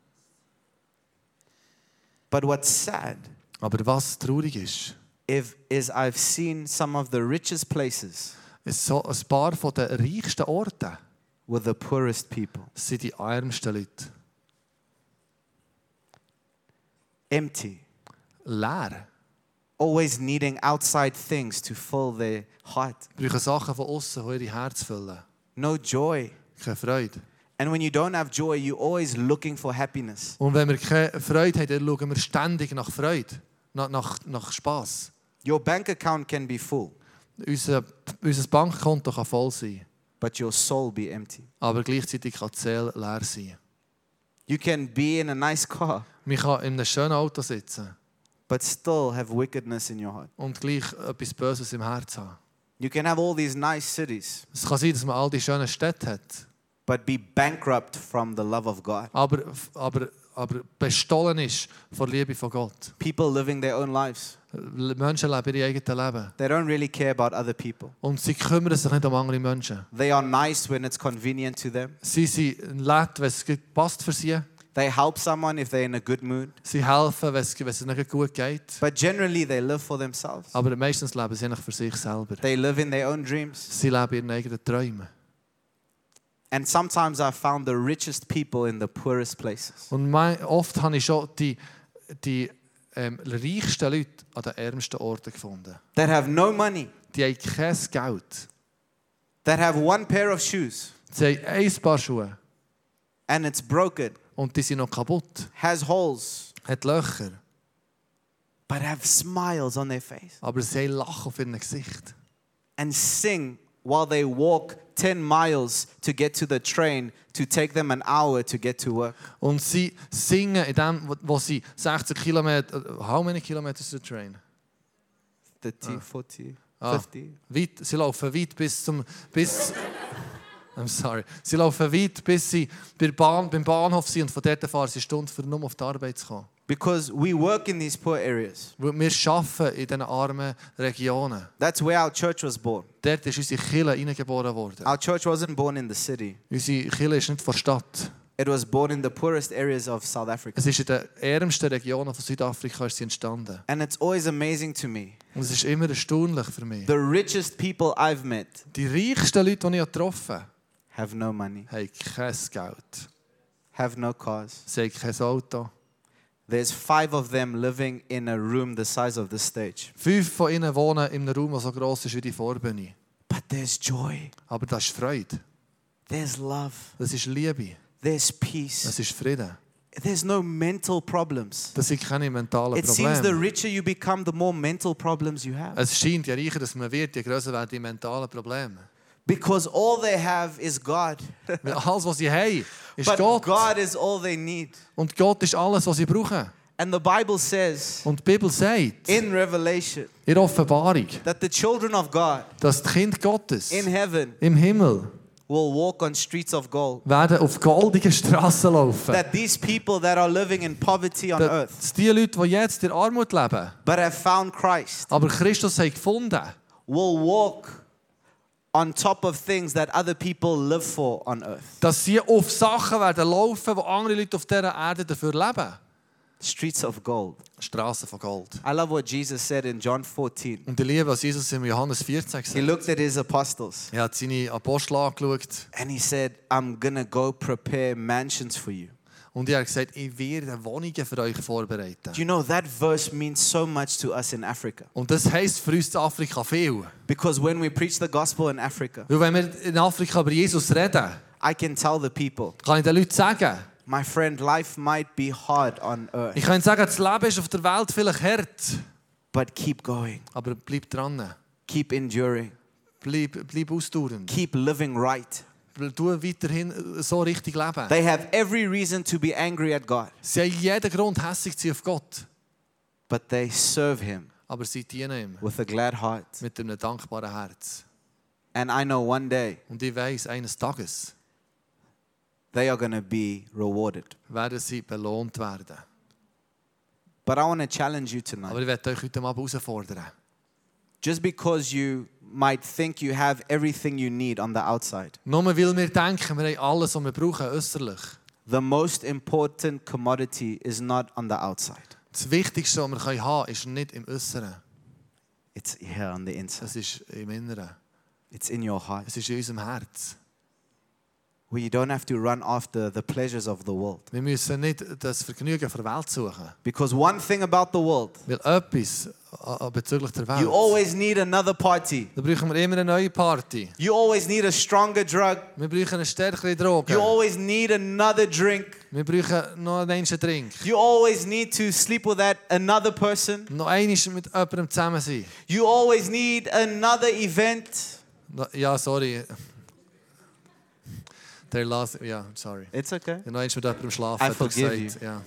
S1: But what's sad
S2: Aber was traurig ist,
S1: is I've seen some of the richest places
S2: ist so ein paar von den reichsten Orten
S1: with the poorest people.
S2: sind die ärmsten Leute.
S1: Empty.
S2: Leer.
S1: Always needing outside things to fill their heart.
S2: Sie brauchen Sachen von außen, die ihr Herz füllen.
S1: No joy.
S2: Keine Freude.
S1: And when you don't have joy, you're always looking for happiness.
S2: Und wenn wir keine Freude haben, dann schauen wir ständig nach Freude, nach Spass.
S1: Your bank account can be full,
S2: Unser Bankkonto kann voll sein,
S1: but your soul be empty.
S2: aber gleichzeitig kann die Seele leer sein.
S1: You can be in a nice car,
S2: Man kann in einem schönen Auto sitzen
S1: but still have wickedness in your heart.
S2: und gleich etwas Böses im Herzen haben.
S1: You can have all these nice cities,
S2: Es kann sein, dass man all die schönen Städte hat,
S1: but be bankrupt from the love of God.
S2: aber bestohlen ist von der Liebe von Gott.
S1: People living their own lives.
S2: Menschen leben ihr eigenes Leben.
S1: They don't really care about other people.
S2: Und sie kümmern sich nicht um andere Menschen.
S1: They are nice when it's convenient to them.
S2: Sie sind nett, wenn es passt für sie.
S1: They help someone if they're in a good mood.
S2: Sie helfen, wenn es nicht gut geht.
S1: But generally, they live for themselves.
S2: Aber meistens leben sie eigentlich für sich selber.
S1: They live in their own dreams.
S2: Sie leben ihren eigenen Träumen.
S1: And sometimes I've found the richest people in the poorest places.
S2: Und oft habe ich schon die reichsten Leute an den ärmsten Orten gefunden.
S1: That have no money.
S2: Die haben kein Geld.
S1: That have one pair of shoes.
S2: Sie haben ein Paar Schuhe.
S1: And it's broken.
S2: Und die sind noch kaputt.
S1: Has holes.
S2: Hat Löcher.
S1: But have smiles on their face.
S2: Aber sie haben Lachen auf ihrem Gesicht.
S1: And sing while they walk 10 miles to get to the train to take them an hour to get to work.
S2: Und sie singen in dem, wo sie 60 Kilometer... How many kilometers is the train?
S1: 30, 40,
S2: Ah.
S1: 50.
S2: Weit, sie laufen weit I'm sorry. Sie laufen weit, bis sie beim Bahnhof sind und von dort fahren sie eine Stunde, um auf die Arbeit zu kommen.
S1: Because we work in these poor areas.
S2: Weil wir arbeiten in diesen armen Regionen.
S1: That's where our church was born.
S2: Dort ist unsere Kirche hineingeboren worden.
S1: Our church wasn't born in the city.
S2: Unsere Kirche ist nicht von der Stadt.
S1: It was born in the poorest areas of South Africa.
S2: Es ist in den ärmsten Regionen von Südafrika ist sie entstanden.
S1: And it's always amazing to me.
S2: Und es ist immer erstaunlich für mich.
S1: The richest people I've met
S2: Die reichsten Leute, die ich getroffen habe,
S1: have no money,
S2: haben kein Geld.
S1: have no cars.
S2: Sie haben kein Auto.
S1: There's 5 of them living in a room the size of this stage.
S2: 5 von ihnen wohnen in einem Raum, der so gross ist wie die Vorbühne.
S1: But there's joy.
S2: Aber das ist Freude.
S1: There's love.
S2: Das ist Liebe.
S1: There's peace.
S2: Das ist Frieden.
S1: There's no mental problems.
S2: Das sind keine mentalen
S1: It seems the
S2: Probleme.
S1: richer you become, the more mental problems you have.
S2: Es scheint, je reicher dass man wird, je grösser werden die mentalen Probleme.
S1: Because all they have is God.
S2: Weil alles, was sie haben, ist
S1: But
S2: Gott.
S1: God is all they need.
S2: Und Gott ist alles, was sie brauchen.
S1: And the Bible says
S2: Und die Bibel sagt
S1: in Revelation
S2: in der Offenbarung,
S1: that the children of God
S2: dass die Kinder Gottes
S1: in heaven
S2: im Himmel
S1: will walk on streets of gold.
S2: werden auf goldigen Straßen laufen.
S1: That these people that are living in poverty on earth
S2: Dass die Leute, die jetzt in Armut leben,
S1: but have found Christ
S2: aber Christus haben gefunden,
S1: will walk on top of things that other people live for on earth.
S2: dass sie auf Sachen werden laufen, wo andere Leute auf dieser Erde dafür leben.
S1: Streets of gold.
S2: Straßen von Gold.
S1: I love what Jesus said in John 14.
S2: Und ich liebe, was Jesus in Johannes 14
S1: He
S2: gesagt hat.
S1: looked at his apostles
S2: Er hat seine Apostel angeschaut
S1: and he said, I'm going to go prepare mansions for you.
S2: und er hat gesagt, ich werde Wohnungen für euch vorbereiten.
S1: Do you know that verse means so much to us in Africa?
S2: Und das heisst für uns in Afrika viel.
S1: Because when we preach the gospel in Africa,
S2: Weil wenn wir in Afrika über Jesus reden,
S1: I can tell the people,
S2: kann ich den Leuten sagen,
S1: my friend, life might be hard on earth,
S2: ich kann ihnen sagen, das Leben ist auf der Welt vielleicht hart,
S1: but keep going.
S2: aber bleib dran.
S1: Keep enduring.
S2: Bleib ausdauernd.
S1: Keep living right.
S2: Tu weiterhin so richtig leben.
S1: They have every reason to be angry at God,
S2: Sie haben jeden Grund, hässlich zu sein auf Gott.
S1: but they serve Him
S2: Aber sie dienen ihm
S1: with a glad heart.
S2: mit einem dankbaren Herz.
S1: And I know one day
S2: Und ich weiss, eines Tages
S1: they are going to be rewarded.
S2: werden sie belohnt werden.
S1: But I want to challenge you
S2: Aber
S1: tonight.
S2: ich werde euch heute Abend herausfordern.
S1: Just because you might think you have everything you need on the outside,
S2: Nur weil wir denken, wir haben alles, was wir brauchen, äußerlich.
S1: the most important commodity is not on the outside.
S2: Das Wichtigste, was wir haben können, ist nicht im Äußeren.
S1: It's here on the inside.
S2: Es ist im Inneren.
S1: It's in your heart.
S2: Es ist in unserem Herz.
S1: Where you don't have to run after the pleasures of the world.
S2: Wir müssen nicht das Vergnügen der Welt suchen.
S1: Because one thing about the world,
S2: Weil etwas bezüglich der
S1: you
S2: Welt,
S1: always need another party.
S2: da brauchen wir immer eine neue Party.
S1: You always need a stronger drug.
S2: Wir brauchen eine stärkere Droge.
S1: You always need another drink.
S2: Wir brauchen noch einen Drink.
S1: You always need to sleep with another person.
S2: Noch einmal mit jemandem zusammen sein.
S1: You always need another event.
S2: Ja, sorry. Ja, sorry.
S1: It's okay.
S2: Noch einmal mit jemandem schlafen.
S1: I
S2: hat er
S1: forgive
S2: gesagt. Ja.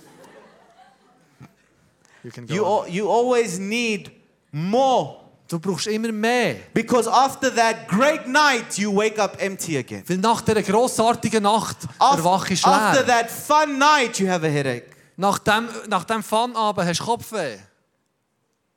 S2: You can go on.
S1: You always need more.
S2: Du brauchst immer mehr.
S1: Because after that great night, you wake up empty again.
S2: Weil nach dieser grossartigen Nacht erwachst du
S1: After
S2: leer.
S1: that fun night, you have a headache.
S2: Nach dem Fun-Abend hast du Kopfweh.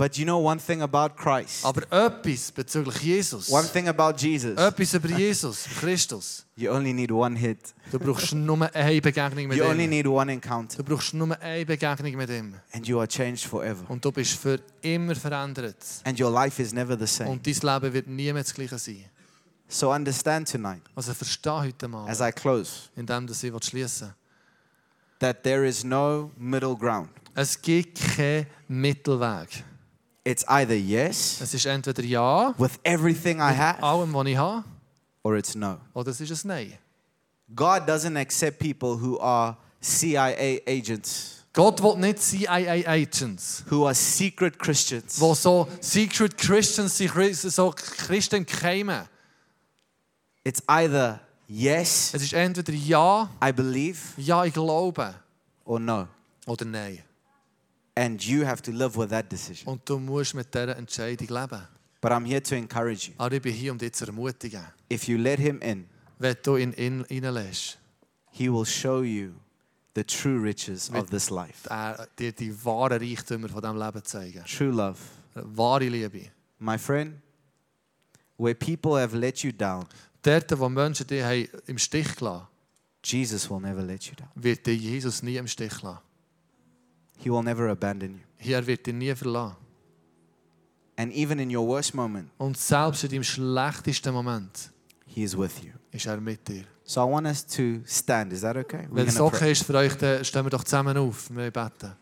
S1: But you know one thing about Christ,
S2: Aber etwas bezüglich Jesus,
S1: one thing about Jesus,
S2: etwas über Jesus, Christus.
S1: you only need one hit.
S2: Du brauchst nur eine Begegnung mit
S1: You only
S2: ihm.
S1: need one encounter.
S2: Du brauchst nur eine Begegnung mit ihm.
S1: And you are changed forever.
S2: Und du bist für immer verändert.
S1: And your life is never the same.
S2: Und dein Leben wird nie mehr das Gleiche sein.
S1: So understand tonight,
S2: Also verstehe heute mal,
S1: as I close,
S2: indem du sie schließen willst.
S1: that there is no middle ground.
S2: Es gibt keinen Mittelweg.
S1: It's either yes,
S2: Es ist entweder Ja,
S1: with everything I
S2: mit
S1: have,
S2: allem, was ich habe,
S1: or it's no.
S2: oder es ist ein Nein.
S1: God doesn't accept people who are CIA agents,
S2: Gott will nicht CIA-Agents,
S1: who are secret Christians.
S2: die so Secret Christians sind, so Christen im Geheimen.
S1: It's either yes,
S2: Es ist entweder Ja,
S1: I believe,
S2: Ja, ich glaube,
S1: or no.
S2: oder Nein.
S1: And you have to live with that decision.
S2: Und du musst mit dieser Entscheidung leben.
S1: But I'm here to encourage you.
S2: Aber ich bin hier, um dich zu ermutigen.
S1: If you let him in,
S2: Wenn du ihn reinlässt,
S1: he will show you the true riches of this life.
S2: er dir die wahren Reichtümer von diesem Leben zeigen.
S1: True love.
S2: Wahre Liebe.
S1: My friend, where people have let you down,
S2: Dort, wo Menschen dich haben im Stich gelassen,
S1: Jesus will never let you down.
S2: wird dich Jesus nie im Stich lassen.
S1: He will never abandon you.
S2: Er wird dich nie verlassen.
S1: And even in your worst moment,
S2: Und selbst in deinem schlechtesten Moment
S1: he is with you.
S2: ist er mit dir.
S1: So I want us to stand. Is that okay? We're
S2: Wenn es
S1: gonna pray.
S2: okay ist für euch, dann stehen wir doch zusammen auf. Wir beten.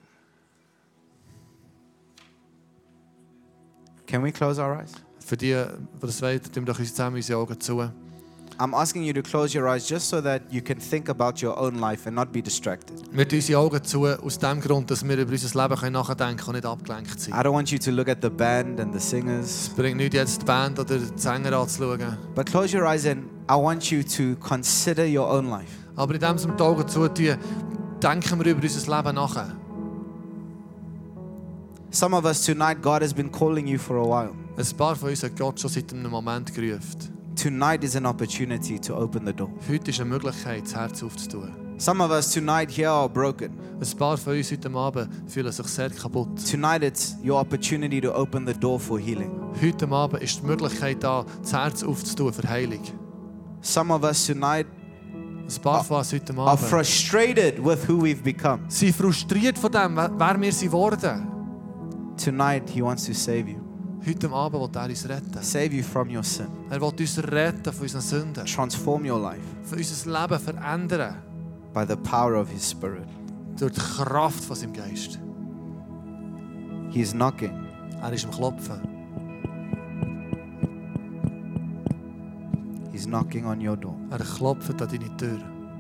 S1: Can we close our eyes?
S2: Für die, die das wollen, tun wir doch zusammen unsere Augen zu.
S1: I'm asking you to close your eyes just so that you can think about your own life and not be distracted.
S2: Wir tun unsere Augen zu, aus dem Grund, dass wir über unser Leben nachdenken können und nicht abgelenkt
S1: I
S2: sind.
S1: don't want you to look at the band and the singers,
S2: Es bringt nichts, jetzt die Band oder die Sänger anzuschauen.
S1: but close your eyes and I want you to consider your own life.
S2: Aber indem wir die Augen zutun, denken wir über unser Leben nach.
S1: Some of us tonight, God has been calling you for a while.
S2: Ein paar von uns hat Gott schon seit einem Moment gerufen.
S1: Tonight is an opportunity to open the door.
S2: Heute ist eine Möglichkeit, das Herz aufzutun.
S1: Some of us tonight here are broken.
S2: Ein paar von uns heute Abend fühlen sich sehr kaputt.
S1: Tonight it's your opportunity to open the door for healing.
S2: Heute Abend ist die Möglichkeit da, das Herz aufzutun für Heilung.
S1: Some of us tonight
S2: Ein paar von uns heute
S1: are
S2: Abend
S1: frustrated with who we've become.
S2: sind frustriert von dem, wer wir sind worden.
S1: Tonight he wants to save you.
S2: Heute Abend will er uns retten.
S1: Save you from your sin.
S2: Er will uns retten von unseren Sünden.
S1: Transform your life
S2: Von unser Leben verändern.
S1: by the power of his spirit.
S2: Durch die Kraft von seinem Geist.
S1: He's knocking.
S2: Er ist am Klopfen.
S1: He's knocking on your door.
S2: Er klopft an deine Tür.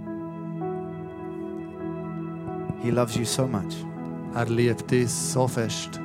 S1: He loves you so much.
S2: Er liebt dich so fest.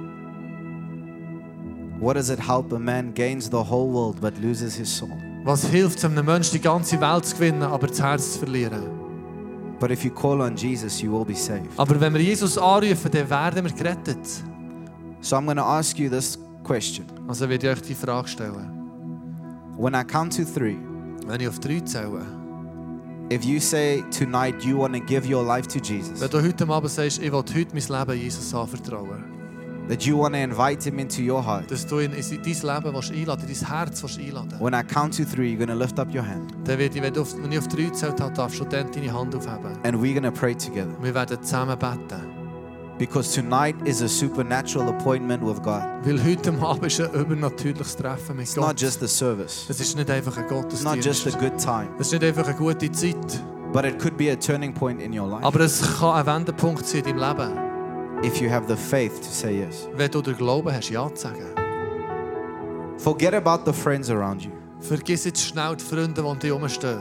S1: What does it help a man gains the whole world but loses his soul?
S2: Was hilft es einem Menschen, die ganze Welt zu gewinnen, aber das Herz zu verlieren?
S1: But if you call on Jesus, you will be saved.
S2: Aber wenn wir Jesus anrufen, dann werden wir gerettet.
S1: So I'm going to ask you this question.
S2: Also werde ich euch die Frage stellen.
S1: When I count to 3,
S2: Wenn ich auf 3 zähle,
S1: if you say tonight you want to give your life to Jesus,
S2: wenn du heute Abend sagst, ich will heute mein Leben Jesus anvertrauen,
S1: that you want to invite him into your heart,
S2: dass du ihn in dein Leben einladen willst, dein Herz einladen willst,
S1: when I count to 3, you're going to lift up your hand
S2: dann werde ich, wenn ich auf 3 zählt habe, darfst du dann deine Hand aufheben.
S1: and we're going to pray together.
S2: Wir werden zusammen beten.
S1: Because tonight is a supernatural appointment with God.
S2: Weil heute Abend ist ein übernatürliches Treffen mit
S1: It's not
S2: Gott.
S1: just a service.
S2: Es ist nicht einfach ein
S1: It's not just a
S2: Gottesdienst.
S1: good time.
S2: Es ist nicht einfach eine gute Zeit.
S1: But it could be a turning point in your life
S2: Aber es kann ein Wendepunkt sein in deinem Leben.
S1: if you have the faith to say yes.
S2: Wenn du den Glauben hast, Ja zu sagen.
S1: Forget about the friends around you.
S2: Vergiss jetzt schnell die Freunde, die um dich herumstehen.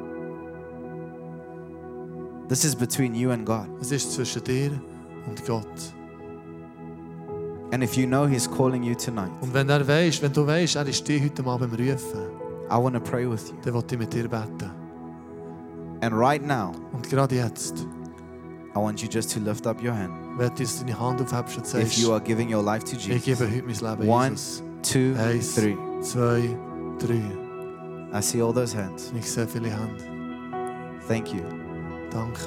S1: This is between you and God.
S2: Es ist zwischen dir und Gott.
S1: And if you know He's calling you tonight,
S2: Und wenn du weißt, er ist dir heute Abend am Rufen,
S1: I want to pray with you.
S2: dann will ich mit dir beten.
S1: And right now,
S2: Und gerade jetzt,
S1: I want you just to lift up your hand.
S2: wenn du jetzt deine Hand aufhebst und
S1: If
S2: sagst,
S1: you are giving your life to
S2: ich
S1: Jesus.
S2: gebe heute mein Leben
S1: 1,
S2: Jesus.
S1: 2,
S2: 1,
S1: 3.
S2: 2, 3.
S1: I see all those hands.
S2: Ich sehe viele Hände.
S1: Thank you.
S2: Danke.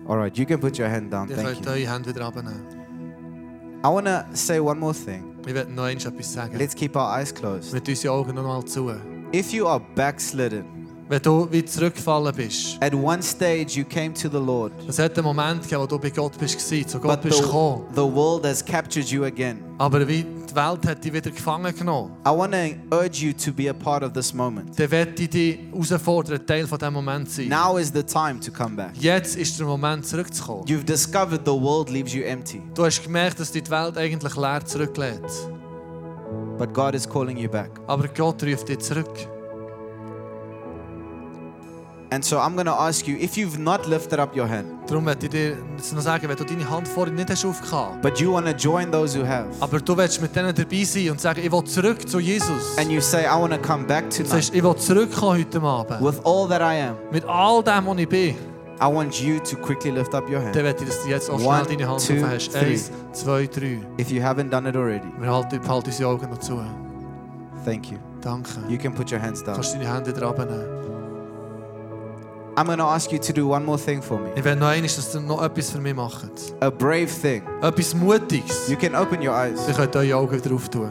S1: All right, you can put your hand down.
S2: Ihr
S1: Thank
S2: könnt
S1: you.
S2: eure Hände wieder runternehmen.
S1: I want to say one more thing.
S2: Wir werden noch etwas sagen.
S1: Let's keep our eyes closed.
S2: Mit unseren Augen noch mal zu.
S1: If you are backslidden,
S2: Wenn du wie zurückgefallen bist,
S1: at one stage you came to the Lord,
S2: es hat einen Moment gegeben, wo du bei Gott bist, zu Gott
S1: but
S2: bist gekommen.
S1: the world has captured you again.
S2: Aber wie die Welt hat dich wieder gefangen genommen.
S1: I want to urge you to be a part of this moment.
S2: Dann werde ich dich herausfordern, Teil von diesem Moment zu sein.
S1: Now is the time to come back.
S2: Jetzt ist der Moment, zurückzukommen.
S1: You've discovered the world leaves you empty,
S2: Du hast gemerkt, dass dich die Welt eigentlich leer zurücklädt.
S1: but God is calling you back.
S2: Aber Gott ruft dich zurück.
S1: And so I'm going to ask you, if you've not lifted up your hand,
S2: Darum möchte ich dir noch sagen, wenn du deine Hand vorhin nicht hast aufgehauen,
S1: but you want to join those who have,
S2: aber du willst mit denen dabei sein und sagen, ich will zurück zu Jesus.
S1: and you say, I want to come back
S2: Du
S1: tonight
S2: sagst, ich will zurückkommen heute Abend.
S1: with all that I am,
S2: Mit all dem, was ich bin.
S1: I want you to quickly lift up your hand.
S2: Dann möchte ich, dass du jetzt auch
S1: One,
S2: schnell deine Hand
S1: two,
S2: aufhast.
S1: three.
S2: 1, 2, 3.
S1: If you haven't done it already,
S2: Wir halten unsere Augen noch zu.
S1: thank you.
S2: Danke.
S1: You can put your hands
S2: Du
S1: down.
S2: kannst deine Hände wieder runternehmen.
S1: I'm going to ask you to do one more thing for me.
S2: Ich will noch einmal, dass ihr noch etwas für mich macht.
S1: A brave thing.
S2: Etwas Mutiges.
S1: You can open your eyes.
S2: Ihr könnt eure Augen wieder auftun.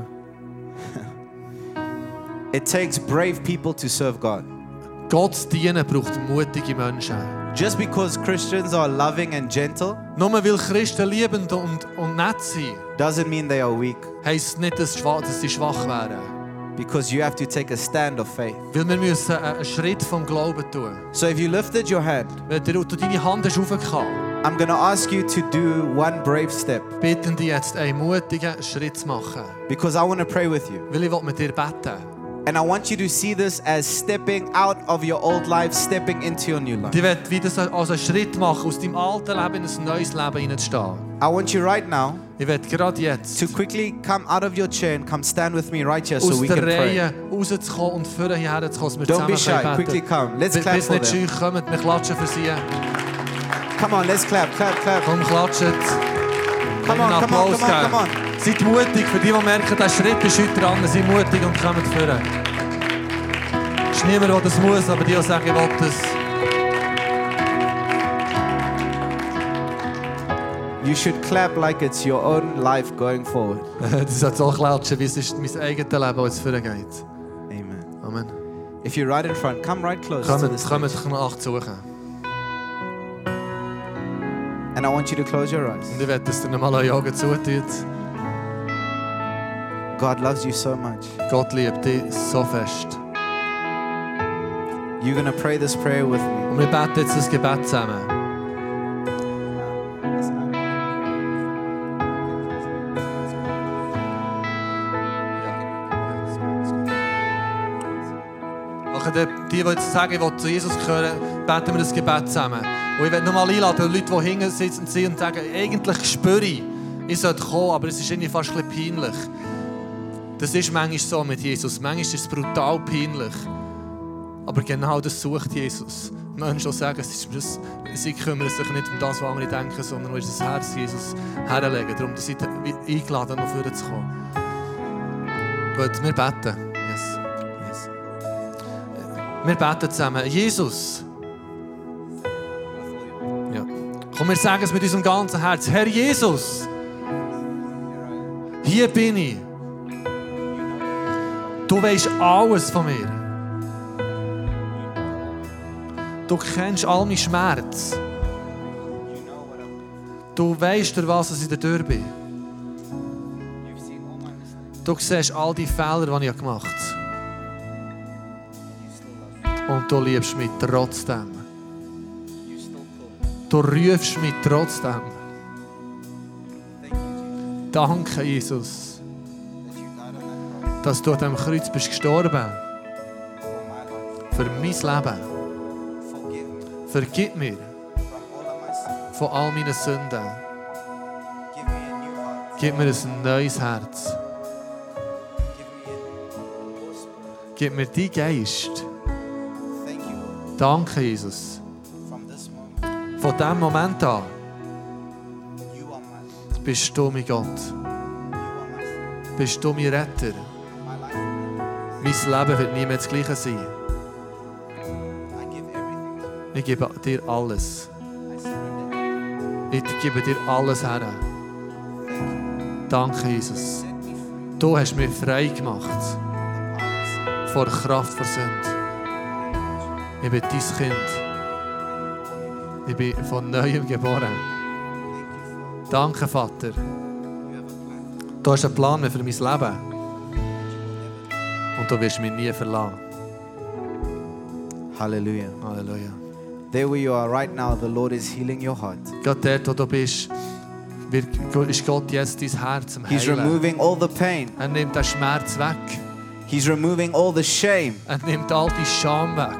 S1: It takes brave people to serve God.
S2: Gott zu dienen braucht mutige Menschen.
S1: Just because Christians are loving and gentle
S2: Nur weil Christen liebend und nett sind,
S1: doesn't mean they are weak,
S2: heisst nicht, dass sie schwach wären.
S1: because you have to take a stand of faith.
S2: Weil wir müssen einen Schritt vom Glauben tun.
S1: So if you lifted your hand,
S2: Wenn du deine Hand hast hochgehauen,
S1: I'm going to ask you to do one brave step,
S2: bitten dich jetzt, einen mutigen Schritt zu machen.
S1: because I want to pray with you.
S2: Weil ich will mit dir beten.
S1: And I want you to see this as stepping out of your old life, stepping into your new life.
S2: Ich will wieder als einen Schritt machen, aus deinem alten Leben in ein neues Leben hineinzustehen.
S1: I want you right now
S2: Ich will gerade jetzt
S1: to quickly come out of your chair and come stand with me right here so
S2: aus
S1: we can
S2: der
S1: pray.
S2: Reihe rauszukommen und vorne hierher zu kommen, dass wir
S1: Don't be
S2: zusammen
S1: shy. Quickly
S2: beten
S1: come. Let's
S2: können.
S1: clap
S2: Bis
S1: for
S2: nicht scheu
S1: them.
S2: kommen, wir klatschen für sie.
S1: Come on, let's clap, clap, clap.
S2: Komm, klatscht.
S1: Come on,
S2: Einen
S1: come on,
S2: Applaus
S1: come on, come on.
S2: geben. Seid mutig, für die, die merken, der Schritt ist heute dran, seid mutig und kommt vorne. Es ist niemand, der das muss, aber die, die sagen, ich will das.
S1: You should clap like it's your own life going forward.
S2: Das sollte so klatschen, wie es ist mein eigenes Leben, das jetzt vorgeht.
S1: Amen.
S2: Amen.
S1: If you're right in front, come right close to this.
S2: Kommt nach suchen.
S1: And I want you to close your eyes.
S2: Und ich will, dass ihr nochmal eure Augen zutut.
S1: God loves you so much.
S2: Gott liebt dich so fest.
S1: You're going to pray this prayer with me.
S2: Und wir beten jetzt das Gebet zusammen. Die jetzt sagen, ich will zu Jesus gehören, beten wir das Gebet zusammen. Und ich will nochmal einladen, Leute, die hinten sitzen und sagen, eigentlich spüre ich sollte kommen, aber es ist irgendwie fast ein bisschen peinlich. Das ist manchmal so mit Jesus. Manchmal ist es brutal peinlich. Aber genau das sucht Jesus. Menschen, die sagen, sie kümmern sich nicht um das, was andere denken, sondern nur das Herz Jesus herlegen. Darum seid ihr eingeladen, noch vorne zu kommen. Gut, wir beten. Yes. Yes. Wir beten zusammen. Jesus. Ja. Komm, wir sagen es mit unserem ganzen Herz. Herr Jesus, hier bin ich. Du weisst alles von mir. Du kennst all meinen Schmerz. Du weisst, durch was ich durch bin. Du siehst all die Fehler, die ich gemacht habe. Und du liebst mich trotzdem. Du rufst mich trotzdem. Danke, Jesus, dass du an diesem Kreuz bist gestorben. Für mein Leben. Vergib mir von all meinen Sünden. Gib mir ein neues Herz. Gib mir deinen Geist. Danke, Jesus. Von diesem Moment an bist du mein Gott. Bist du mein Retter. Mein Leben wird nie mehr das Gleiche sein. Ich gebe dir alles. Ich gebe dir alles her. Danke, Jesus. Du hast mich frei gemacht vor der Kraft der Sünde. Ich bin dein Kind. Ich bin von Neuem geboren. Danke, Vater. Du hast einen Plan für mein Leben. Und du wirst mich nie verlassen.
S1: Hallelujah.
S2: Halleluja.
S1: There where you are right now, the Lord is healing your heart.
S2: Gerade dort, wo du bist, ist Gott jetzt dein Herz am
S1: He's
S2: Heilen.
S1: removing all the pain.
S2: Er nimmt den Schmerz weg.
S1: He's removing all the shame.
S2: Er nimmt all die Scham weg.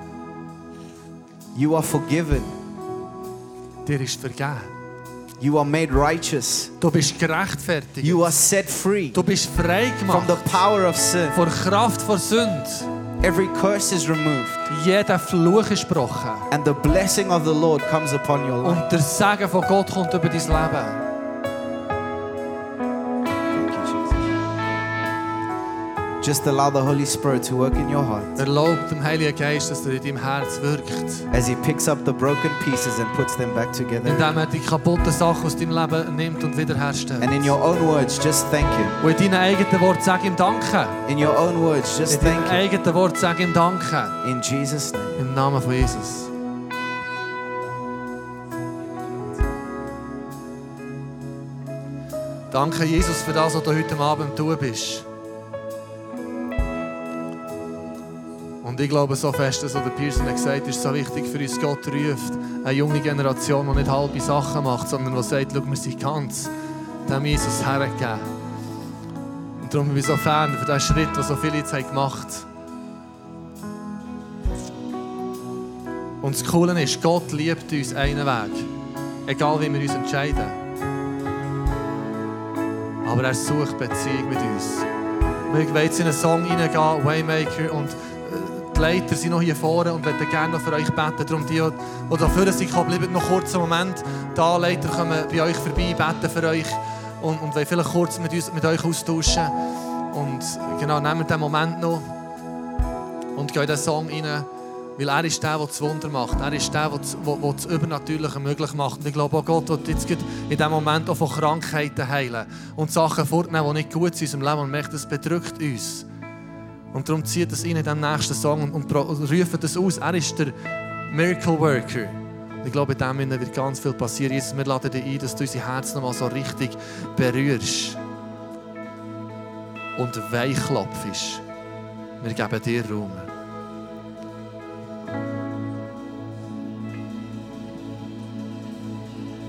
S1: You are forgiven.
S2: Dir ist vergeben.
S1: You are made righteous.
S2: Du bist gerechtfertigt.
S1: You are set free
S2: Du bist frei
S1: from
S2: gemacht
S1: the power of sin.
S2: vor Kraft vor Sünde.
S1: Every curse is removed,
S2: Jeder Fluch ist gebrochen.
S1: and the blessing of the Lord comes upon your life.
S2: Und der Segen von Gott kommt über dein Leben.
S1: Thank you, Jesus. Just allow the Holy Spirit to work in your heart
S2: Erlaub dem Heiligen Geist, dass er in deinem Herz wirkt.
S1: as He picks up the broken pieces and puts them back together.
S2: Indem er die kaputten Sachen aus deinem Leben nimmt und wiederherstellt.
S1: And in your own words, just thank Him.
S2: Und in deinen eigenen Worten sag ihm Danke.
S1: In your own words, just
S2: In deinen
S1: thank Him.
S2: eigenen Worten sag ihm Danke.
S1: In Jesus' name.
S2: Im Namen von Jesus. Danke, Jesus, für das, was du heute Abend tun bist. Und ich glaube so fest, dass der Pearson hat gesagt, ist so wichtig für uns, Gott ruft. Eine junge Generation, die nicht halbe Sachen macht, sondern die sagt, schau, wir sind ganz dem Jesus hergegeben. Und darum bin ich so Fan für diesen Schritt, den so viele jetzt gemacht haben. Und das Coole ist, Gott liebt uns einen Weg. Egal wie wir uns entscheiden. Aber er sucht Beziehung mit uns. Wir wollen jetzt in einen Song reingehen, Waymaker, und die Leiter sind noch hier vorne und möchten gerne noch für euch beten. Darum die da vorne sind, bleibt noch kurz einen Moment da. Leiter kommen bei euch vorbei, beten für euch und wollen vielleicht kurz mit euch austauschen. Und genau, nehmt den Moment noch und geht in den Song rein. Weil er ist der das Wunder macht. Er ist der das Übernatürliche möglich macht. Und ich glaube auch, Gott wird jetzt in diesem Moment auch von Krankheiten heilen. Und Sachen fortnehmen, die nicht gut sind in unserem Leben. Und merkt, das bedrückt uns. Und darum zieht es rein in den nächsten Song und ruft das aus. Er ist der Miracle Worker. Und ich glaube, in dem Sinne wird ganz viel passieren. Jesus, wir laden dich ein, dass du unser Herz noch mal so richtig berührst. Und weichklopfst. Wir geben dir Raum.